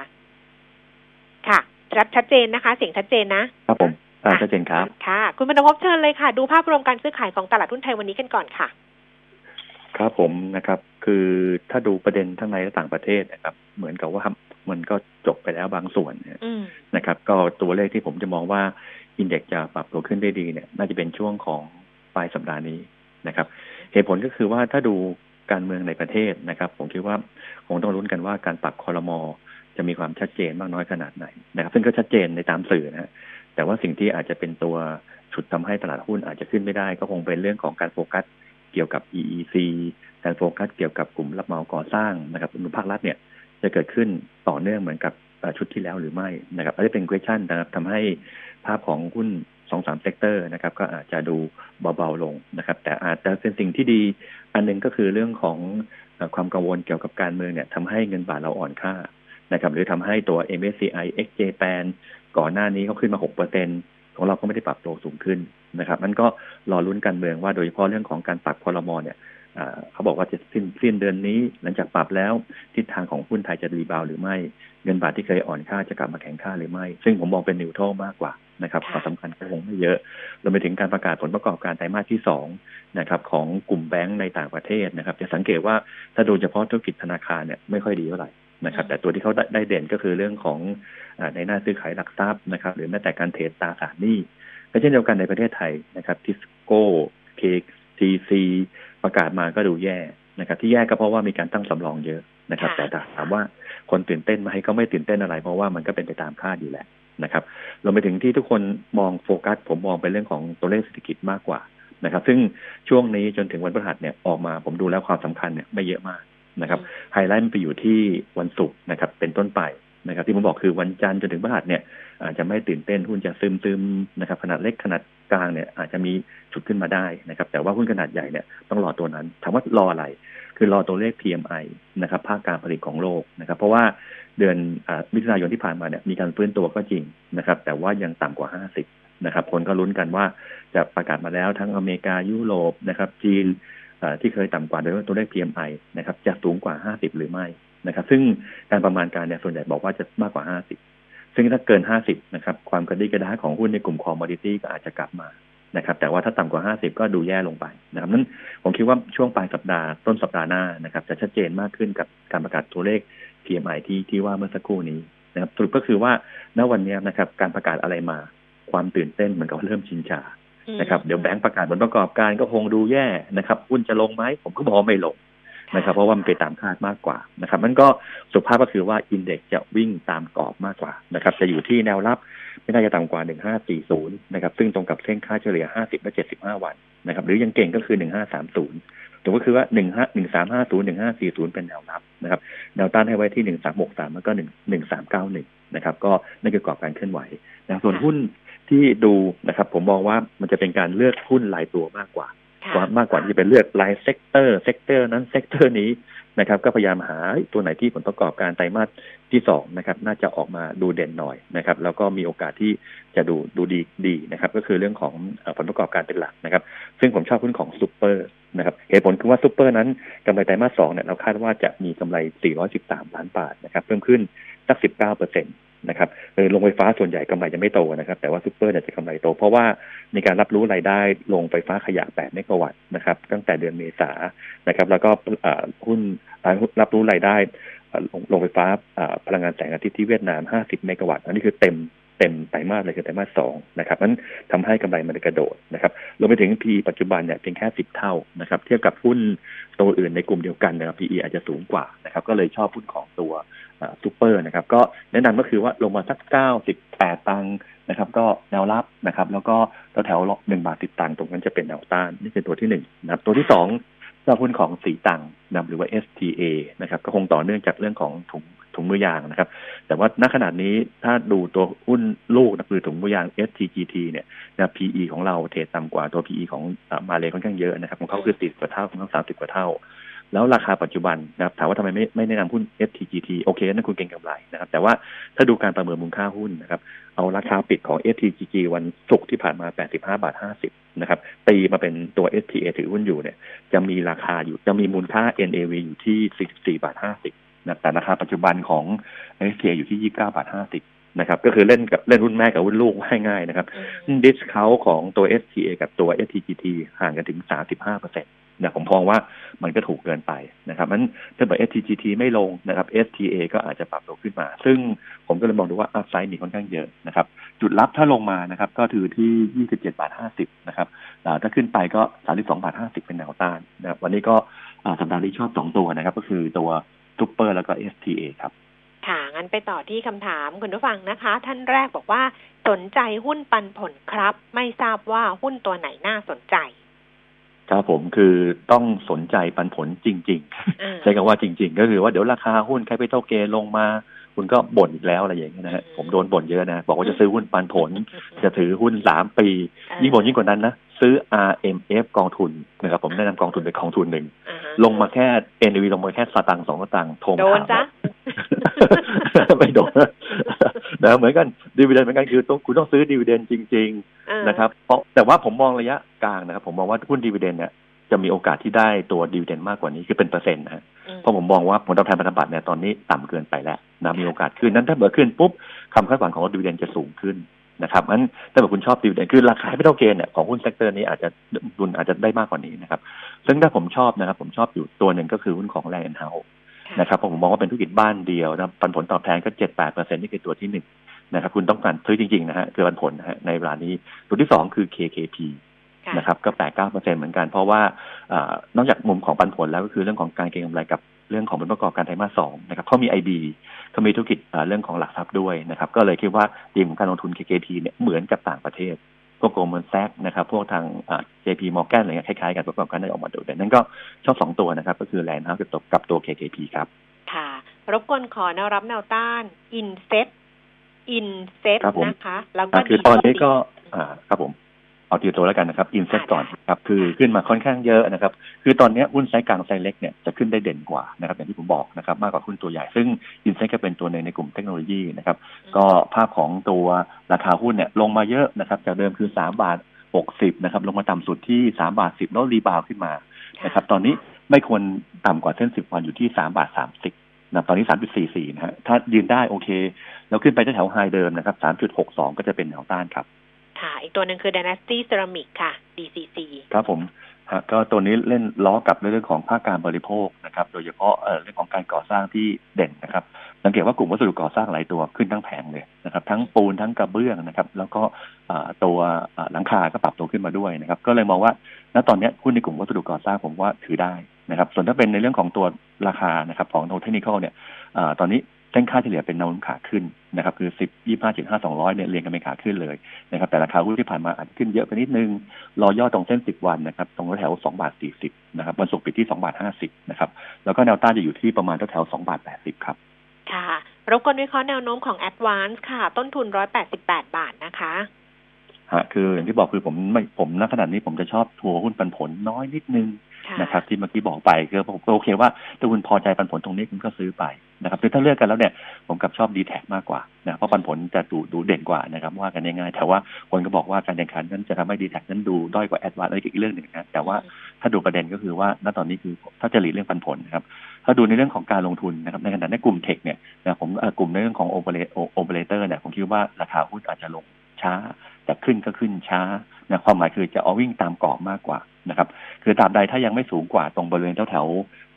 ค่ะชัดเจนนะคะเสียงชัดเจนนะครับผมชัดเจนครับค่ะคุณพเดิมภพเชิญเลยค่ะดูภาพรวมการซื้อขายของตลาดหุ้นไทยวันนี้กันก่อนค่ะครับผมนะครับคือถ้าดูประเด็นทั้งในและต่างประเทศนะครับเหมือนกับว่ามันก็จบไปแล้วบางส่วนนะครับก็ตัวเลขที่ผมจะมองว่าอินเด็กซ์จะปรับตัวขึ้นได้ดีเนี่ยน่าจะเป็นช่วงของปลายสัปดาห์นี้นะครับเหตุผลก็คือว่าถ้าดูการเมืองในประเทศนะครับผมคิดว่าคงต้องลุ้นกันว่าการปรับครม.จะมีความชัดเจนมากน้อยขนาดไหนนะครับซึ่งก็ชัดเจนในตามสื่อนะแต่ว่าสิ่งที่อาจจะเป็นตัวฉุดทำให้ตลาดหุ้นอาจจะขึ้นไม่ได้ก็คงเป็นเรื่องของการโฟกัสเกี่ยวกับ EEC การโฟกัสเกี่ยวกับกลุ่มรับเหมาก่อสร้างนะครับกลุ่มภาครัฐเนี่ยจะเกิดขึ้นต่อเนื่องเหมือนกับชุดที่แล้วหรือไม่นะครับอันนี้เป็น question นะครับทำให้ภาพของหุ้น 2-3 เซกเตอร์นะครับก็อาจจะดูเบาๆลงนะครับแต่อาจจะเป็นสิ่งที่ดีอันนึงก็คือเรื่องของความกังวลเกี่ยวกับการเมืองเนี่ยทำให้เงินบาทเราอ่อนค่านะครับหรือทำให้ตัว MSCI Ex Japan ก่อนหน้านี้เขาขึ้นมา 6% ของเราก็ไม่ได้ปรับตัวสูงขึ้นนะครับมันก็รอลุ้นการเมืองว่าโดยเฉพาะเรื่องของการปรับครม.เนี่ยเขาบอกว่าจะสิ้นเดือนนี้หลังจากปรับแล้วทิศทางของหุ้นไทยจะรีบาวหรือไม่เงินบาทที่เคยอ่อนค่าจะกลับมาแข็งค่าหรือไม่ซึ่งผมมองเป็นนิวทรัลมากกว่านะครับความสำคัญก็คงไม่เยอะรวมไปถึงการประกาศผลประกอบการไตรมาสที่2นะครับของกลุ่มแบงก์ในต่างประเทศนะครับจะสังเกตว่าถ้าดูเฉพาะธุรกิจธนาคารเนี่ยไม่ค่อยดีเท่าไหร่นะครับแต่ตัวที่เขาได้เด่นก็คือเรื่องของในหน้าซื้อขายหลักทรัพย์นะครับหรือแม้แต่การเทรดตราสารหนี้ก็เช่นเดียวกันในประเทศไทยนะครับทิสโก้ KCC ประกาศมาก็ดูแย่นะครับที่แย่ก็เพราะว่ามีการตั้งสำรองเยอะนะครับแต่ถามว่าคนตื่นเต้นไหมก็ไม่ตื่นเต้นอะไรเพราะว่ามันก็เป็นไปตามคาดอยู่แหละนะครับรวมไปถึงที่ทุกคนมองโฟกัสผมมองเป็นเรื่องของตัวเลขเศรษฐกิจมากกว่านะครับซึ่งช่วงนี้จนถึงวันพฤหัสเนี่ยออกมาผมดูแล้วความสำคัญเนี่ยไม่เยอะมากนะครับไฮไลท์มันไปอยู่ที่วันศุกร์นะครับเป็นต้นไปนะครับที่ผมบอกคือวันจันทร์จนถึงพฤหัสเนี่ยอาจจะไม่ตื่นเต้นหุ้นจะซึมๆนะครับขนาดเล็กขนาดกลางเนี่ยอาจจะมีฉุดขึ้นมาได้นะครับแต่ว่าหุ้นขนาดใหญ่เนี่ยต้องรอตัวนั้นถามว่ารออะไรคือรอตัวเลข PMI นะครับภาคการผลิตของโลกนะครับเพราะว่าเดือนมิถุนายนที่ผ่านมาเนี่ยมีการฟื้นตัวก็จริงนะครับแต่ว่ายังต่ำกว่า50นะครับคนก็ลุ้นกันว่าจะประกาศมาแล้วทั้งอเมริกายุโรปนะครับจีนที่เคยต่ำกว่าโดยตัวเลข PMI นะครับจะสูงกว่า50หรือไม่นะครับซึ่งการประมาณการเนี่ยส่วนใหญ่บอกว่าจะมากกว่า50ซึ่งถ้าเกิน50นะครับความกระดิกกระดาของหุ้นในกลุ่มคอมมอดิตี้ก็อาจจะกลับมานะครับแต่ว่าถ้าต่ำกว่า50ก็ดูแย่ลงไปนะครับนั้นผมคิดว่าช่วงปลายสัปดาห์ต้นสัปดาห์หน้านะครับจะชัดเจนมากขึ้นกับการประกาศตัวเลข PMI ที่ว่าเมื่อสักครู่นี้นะครับสรุปก็คือว่าณวันนี้นะครับการประกาศอะไรมาความตื่นเต้นมันก็เริ่มชินชานะครับเดี๋ยวแบงก์ประกาศผลประกอบการก็คงดูแย่นะครับหุ้นจะลงไหมผมก็บอกว่าไม่ลงนะครับเพราะว่ามันไปตามคาดมากกว่านะครับมันก็สุภาพก็คือว่าอินเด็กซ์จะวิ่งตามกรอบมากกว่านะครับจะอยู่ที่แนวรับไม่น่าจะต่ำกว่า1540นะครับซึ่งตรงกับเส้นค่าเฉลี่ย50และ75วันนะครับหรือยังเก่งก็คือ1530ตัวก็คือว่า1350 1540เป็นแนวรับนะครับแนวต้านให้ไว้ที่1363แล้วก็1391นะครับก็นั่นคือกรอบการเคลื่อนไหวนะส่วนหุ้นที่ดูนะครับผมมองว่ามันจะเป็นการเลือกหุ้นรายตัวมากกว่าที่เป็นเลือกรายเซกเตอร์นั้นเซกเตอร์นี้นะครับก็พยายามหาตัวไหนที่ผลประกอบการไตรมาสที่2นะครับน่าจะออกมาดูเด่นหน่อยนะครับแล้วก็มีโอกาสที่จะดูดีนะครับก็คือเรื่องของผลประกอบการเป็นหลักนะครับซึ่งผมชอบหุ้นของซุปเปอร์นะครับเหตุผลคือว่าซุปเปอร์นั้นกำไรไตรมาส2เนี่ยเราคาดว่าจะมีกำไร413ล้านบาทนะครับเพิ่มขึ้นสัก 19%นะครับโรงไฟฟ้าส่วนใหญ่กำไรจะไม่โตนะครับแต่ว่าซุปเปอร์เนี่ยจะกำไรโตเพราะว่ามีการรับรู้รายได้โรงไฟฟ้าขยะ8เมกะวัตต์นะครับตั้งแต่เดือนเมษายนนะครับแล้วก็หุ้นรับรู้รายได้โรงไฟฟ้าพลังงานแสงอาทิตย์ที่เวียดนาม50เมกะวัตต์อันนี้คือเต็มไตรมาสเลยคือไตรมาส2นะครับนั้นทำให้กำไรมันกระโดดนะครับรวมไปถึง PE ปัจจุบันเนี่ยเพียงแค่10เท่านะครับเทียบกับหุ้นตัวอื่นในกลุ่มเดียวกันนะครับ PE อาจจะสูงกว่านะครับก็เลยชอบหุ้นของตัวซูเปอร์นะครับก็แนะนำก็คือว่าลงมาสัก98ตังค์นะครับก็แนวรับนะครับแล้วก็แถว1 บาท 10 ตังค์ตรงนั้นจะเป็นแนวต้านนี่คือตัวที่1นะครับตัวที่2ก็หุ้นของสีตังนะหรือว่า STA นะครับก็คงต่อเนื่องจากเรื่องของถุงมือยางนะครับแต่ว่าณขนาดนี้ถ้าดูตัวหุ้นลูกคือถุงมือยาง STGT เนี่ยนะ PE ของเราเทรดต่ำกว่าตัว PE ของมาเลค่อนข้างเยอะนะครับของเขาคือ40 กว่าเท่าของเรา30 กว่าเท่าแล้วราคาปัจจุบันนะครับถามว่าทำไมไม่แนะนำหุ้น STGT โอเคนั่นคุณเก็งกำไรนะครับแต่ว่าถ้าดูการประเมินมูลค่าหุ้นนะครับเอาราคาปิดของ STGT วันศุกร์ที่ผ่านมา85.50 บาทนะครับตีมาเป็นตัว STA ถือหุ้นอยู่เนี่ยจะมีราคาอยู่จะมีมูลค่า NAV อยู่ที่44.50 บาทนะแต่ราคาปัจจุบันของ STA อยู่ที่29.50 บาทนะครับก็คือเล่นหุ้นแม่กับหุ้นลูกง่ายๆนะครับดิสเคาท์ของตัว STA กับตัว STGT ห่างกันถึง 35%นะผมมองว่ามันก็ถูกเกินไปนะครับนั้นถ้าเกิด STGT ไม่ลงนะครับ STA ก็อาจจะปรับตัวขึ้นมาซึ่งผมก็เลยมองดูว่าอัพไซด์มีค่อนข้างเยอะนะครับจุดรับถ้าลงมานะครับก็ถือที่27.50 บาทนะครับถ้าขึ้นไปก็32.50 บาทเป็นแนวต้านนะครับวันนี้ก็สัปดาห์นี้ชอบ2ตัวนะครับก็คือตัวซุปเปอร์แล้วก็ STA ครับค่ะงั้นไปต่อที่คำถามคุณผู้ฟังนะคะท่านแรกบอกว่าสนใจหุ้นปันผลครับไม่ทราบว่าหุ้นตัวไหนน่าสนใจครับผมคือต้องสนใจปันผลจริงๆใช้คำว่าจริงๆก็คือว่าเดี๋ยวราคาหุ้น Capital Gain ลงมาคุณก็บ่นอีกแล้วอะไรอย่างเงี้ยนะฮะผมโดนบ่นเยอะนะบอกว่าจะซื้อหุ้นปันผลจะถือหุ้น3 ปียิ่งบ่นยิ่งกว่านั้นนะซื้อ RMF กองทุนนะครับผมแนะนำกองทุนไปกองทุนหนึ่งลงมาแค่ NAV ลงมาแค่สตางค์2 สตางค์โทรมาถามไม่โดนนะเหมือนกันดิวิเดนด์เหมือนกันคือคุณต้องซื้อดิวิเดนด์จริงๆนะครับเพราะแต่ว่าผมมองระยะกลางนะครับผมมองว่าหุ้นดิวิเดนด์เนี่ยจะมีโอกาสที่ได้ตัวดิวิเดนด์มากกว่านี้คือเป็นเปอร์เซ็นต์นะเพราะผมมองว่าผลตอบแทนพันธบัตรเนี่ยตอนนี้ต่ำเกินไปแล้วนะมีโอกาสขึ้นนั้นถ้าเบิกขึ้นปุ๊บคำคาดหวังของดิวิเดนด์จะสูงขึ้นนะครับงั้นถ้าเกิดคุณชอบดิวิเดนด์คือราคาไม่เท่าเกณฑ์เนี่ยของหุ้นเซกเตอร์นี้อาจจะได้มากกว่านี้นะครับซึ่งถ้าผมชอบนะครับผมชอบอยู่ตัวหนึ่งก็คือหุ้นของแลนด์เฮาส์นะครับผมมองว่าเป็นธุรกิจบ้านเดียวนะปันผลตอบแทนก็ 7-8% นี่คือตัวที่1นะครับคุณต้องการซื้อจริงๆนะฮะคือปันผลนะฮะในเวลานี้ตัวที่2คือ KKP นะครับก็ 8-9% เหมือนกันเพราะว่านอกจากมุมของปันผลแล้วก็คือเรื่องของการเก็งกำไรกับเรื่องของผลประกอบการไตรมาส2นะครับเขามี IB เขามีธุรกิจเรื่องของหลักทรัพย์ด้วยนะครับก็เลยคิดว่าทีมการลงทุน KKT เนี่ยเหมือนกับต่างประเทศพวก Goldman Sachs นะครับพวกทางJP Morgan อะไรเงี้ยคล้ายๆกันประกอบกันได้ออกมาดูแต่นั้นก็ชอบ2ตัวนะครับก็คือ Land House กับตัว KKP ครับค่ะรบกวนขอแนวรับแนวต้าน Inset นะคะแล้วก็คือตอนนี้ก็ครับผมเอาทีตัวแล้วกันนะครับ Inset ก่อนครับคือขึ้นมาค่อนข้างเยอะนะครับคือตอนนี้หุ้นไซส์กลางไซส์เล็กเนี่ยจะขึ้นได้เด่นกว่านะครับอย่างที่ผมบอกนะครับมากกว่าหุ้นตัวใหญ่ซึ่ง Inset ก็เป็นตัวในกลุ่มเทคโนโลยีนะครับก็ภาพของตัวราคาหุ้นเนี่ยลงมาเยอะนะครับจากเดิมคือ3.60 นะครับลงมาต่ำสุดที่3.10แล้วรีบาวขึ้นมานะครับตอนนี้ไม่ควรต่ำกว่าเส้น10วันอยู่ที่3.30นะตอนนี้ 3.44 นะฮะถ้ายืนได้โอเคแล้วขึ้นไปแถวไฮเดิมนะครับ 3.62 ก็จะเป็นแนวต้านครับค่ะอีกตัวนึงคือ Dynasty Ceramic ค่ะ DCC ครับผมก็ตัวนี้เล่นล้อกับเรื่องของภาคการบริโภคนะครับโดยเฉพาะเรื่องของการก่อสร้างที่เด่นนะครับสังเกตว่ากลุ่มวัสดุก่อสร้างหลายตัวขึ้นทั้งแผงเลยนะครับทั้งปูนทั้งกระเบื้องนะครับแล้วก็ตัวหลังคาก็ปรับตัวขึ้นมาด้วยนะครับก็เลยมองว่าณตอนนี้หุ้นในกลุ่มวัสดุก่อสร้างผมว่าถือได้นะครับส่วนถ้าเป็นในเรื่องของตัวราคานะครับของโนเทคนิคอลเนี่ยตอนนี้เส้นค่าเฉลี่ยเป็นแนวโน้มขาขึ้นนะครับคือ10 25 200เนี่ยเรียงกันเป็นขาขึ้นเลยนะครับแต่ราคาหุ้นที่ผ่านมาอาจจะขึ้นเยอะไปนิดนึงรอย่อตรงเส้น10วันนะครับตรงแถว2.40นะครับวันศุกร์ปิดที่2.50นะครับแล้วก็แนวต้านจะอยู่ที่ประมาณแถว2.80ครับค่ะรบกวนวิเคราะห์แนวโน้มของ Advance ค่ะต้นทุน188 บาทนะคะคืออย่างที่บอกคือผมณขณะนี้ผมจะชอบทัวร์หุ้นปันผลน้อยนิดนึงนะครับที่เมื่อกี้บอกไปคือผมโอเคว่าถ้าคุณพอใจปันผลตรงนี้คุณก็ซื้อไปนะครับคือถ้าเลือกกันแล้วเนี่ยผมกับชอบ D-Tech มากกว่านะเพราะปันผลจะดูเด่นกว่านะครับว่ากันง่ายๆแต่ว่าคนก็บอกว่าการแข่งขันนั้นจะทำให้ D-Tech นั้นดูด้อยกว่า Advance อะไรอีกเรื่องหนึ่งนะแต่ว่าถ้าดูประเด็นก็คือว่าณตอนนี้คือถ้าจะหลีกเรื่องปันผลนะครับถ้าดูในเรื่องของการลงทุนนะครับในขณะในกลุ่มเทคเนี่ยนะผมกลุ่มในเรื่องของโอเปอเรเตอร์เนี่ยผมคิดว่าราคาหุ้นอาจจะลงช้าแต่ขึ้นก็ขึ้นช้านะความหมายคือจะเอาวิ่งตามกรอบมากกว่านะครับคือตราบใดถ้ายังไม่สูงกว่าตรงบริเวณแถว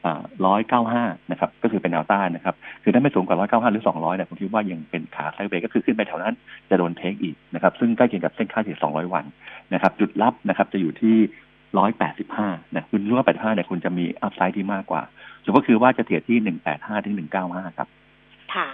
195นะครับก็คือเป็นแนวต้านนะครับคือถ้าไม่สูงกว่า195หรือ200เนี่ยผมคิดว่ายังเป็นขาไซด์เวย์ก็คือขึ้นไปแถวนั้นจะโดนเทคอีกนะครับซึ่งใกล้เคียงกับเส้นค่าเฉลี่ย200วันนะครับจุดรับนะครับจะอยู่ที่185นะคุณรู้ว่า85เนี่ยคุณจะมีอัพไซด์ที่มากกว่าส่วนก็คือว่าจะเทรดที่185ถึง195ครับค่ะ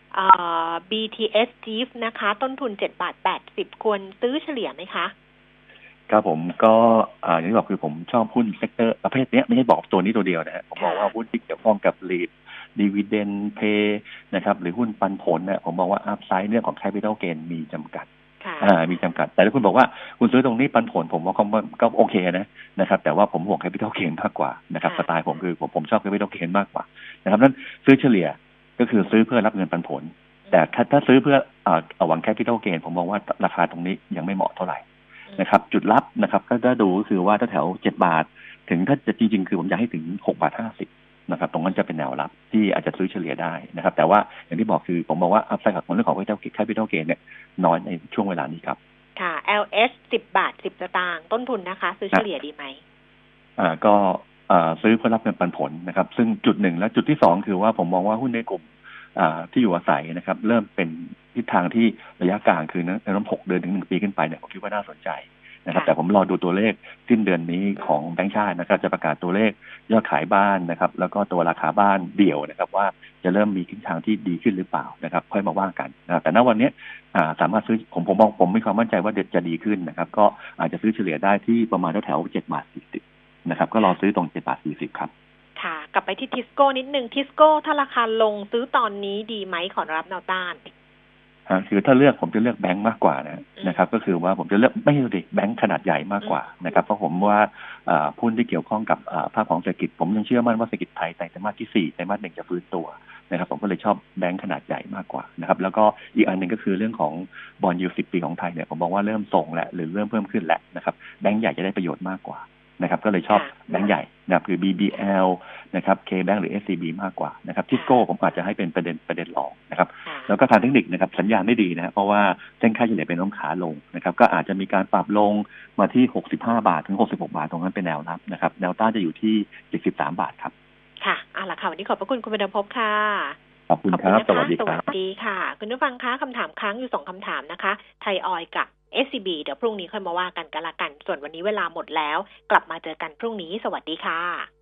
BTS Chief นะคะต้นทุน7.80 ควรซื้อเฉลี่ยไหมคะครับผมก็อย่างที่บอกคือผมชอบหุ้นเซกเตอร์ประเภทนี้ไม่ใช่บอกตัวนี้ตัวเดียวนะฮะผมบอกว่าหุ้นที่เกี่ยวข้องกับ lead dividend pay นะครับหรือหุ้นปันผลเนี่ยผมบอกว่าอัพไซด์เรื่องของ capital gain มีจำกัดมีจำกัดแต่ถ้าคุณบอกว่าคุณซื้อตรงนี้ปันผลผมว่าก็โอเคนะครับแต่ว่าผมห่วง capital gain มากกว่านะครับสไตล์ผมคือผมชอบ capital gain มากกว่านะครับนั้นซื้อเฉลี่ยก็คือซื้อเพื่อรับเงินปันผลแต่ถ้าซื้อเพื่อหวัง capital gain ผมมองว่าราคาตรงนี้ยังไม่เหมาะเท่าไหร่นะครับจุดรับนะครับก็จะดูคือว่าแถว7 บาทถึงถ้าจะจริงๆคือผมอยากให้ถึง6.50 นะครับตรงนั้นจะเป็นแนวรับที่อาจจะซื้อเฉลี่ยได้นะครับแต่ว่าอย่างที่บอกคือผมบอกว่าอัพไซด์ของเรื่องของ capital gain เนี่ยน้อยในช่วงเวลานี้ครับค่ะ LS 10 บาท 10 สตางค์ต้นทุนนะคะซื้อเฉลี่ยดีไหมก็ซื้อเพื่อรับเงินปันผลนะครับซึ่งจุดหนึ่งและจุดที่2คือว่าผมมองว่าหุ้นในกลุ่มที่อยู่อาศัยนะครับเริ่มเป็นทิศทางที่ระยะกลางคือในรอบ6 เดือนถึง1 ปีขึ้นไปเนี่ยผมคิดว่าน่าสนใจนะครับแต่ผมรอดูตัวเลขสิ้นเดือนนี้ของแบงก์ชาตินะครับจะประกาศตัวเลขยอดขายบ้านนะครับแล้วก็ตัวราคาบ้านเดี่ยวนะครับว่าจะเริ่มมีทิศทางที่ดีขึ้นหรือเปล่านะครับค่อยมาว่ากันนะแต่ณวันนี้สามารถซื้อผมมีความมั่นใจว่าเด็ดจะดีขึ้นนะครับก็อาจจะซื้อเฉลี่ยได้ที่ประมาณแถว7.40 นะครับก็รอซื้อตรง7.40 ครับค่ะกลับไปที่ทิสโก้นิดนึงทิสโก้ถ้าราคาลงซื้อตอนนี้ดีไหมขอรับแนวต้านคือถ้าเลือกผมจะเลือกแบงก์มากกว่านะครับก็คือว่าผมจะเลือกไม่ใช่ดิแบงก์ขนาดใหญ่มากกว่านะครับเพราะผมว่าหุ้นที่เกี่ยวข้องกับภาพของเศรษฐกิจผมยังเชื่อมั่นว่าเศรษฐกิจไทยไตรมาสที่4ไตรมาส1จะฟื้นตัวนะครับผมก็เลยชอบแบงก์ขนาดใหญ่มากกว่านะครับแล้วก็อีกอันนึงก็คือเรื่องของบอนด์ยิลด์10 ปีของไทยเนี่ยผมบอกว่าเริ่มส่งแล้วหรือเริ่มเพิ่มขึ้นแล้วนะครับแบงก์ใหญ่จะได้ประโยชน์มากกว่านะครับก็เลยชอบแบงก์ใหญ่นะครับคือ BBL นะครับ KBank หรือ SCB มากกว่านะครับทิสโก้ผมอาจจะให้เป็นประเด็นรองนะครับแล้วก็ทางเทคนิคนะครับสัญญาณไม่ดีนะเพราะว่าเส้นค่าเฉลี่ยเป็นน้ำขาลงนะครับก็อาจจะมีการปรับลงมาที่65 บาทถึง66 บาทตรงนั้นเป็นแนวรับนะครับแนวต้านจะอยู่ที่73 บาทครับค่ะล่ะค่ะวันนี้ขอบพระคุณคุณบรรณภพค่ะขอบคุณครับสวัสดีครับสวัสดีค่ะคุณผู้ฟังคะคำถามค้างอยู่2คำถามนะคะไทยออยล์กับ SCB เดี๋ยวพรุ่งนี้ค่อยมาว่ากันละกันส่วนวันนี้เวลาหมดแล้วกลับมาเจอกันพรุ่งนี้สวัสดีค่ะ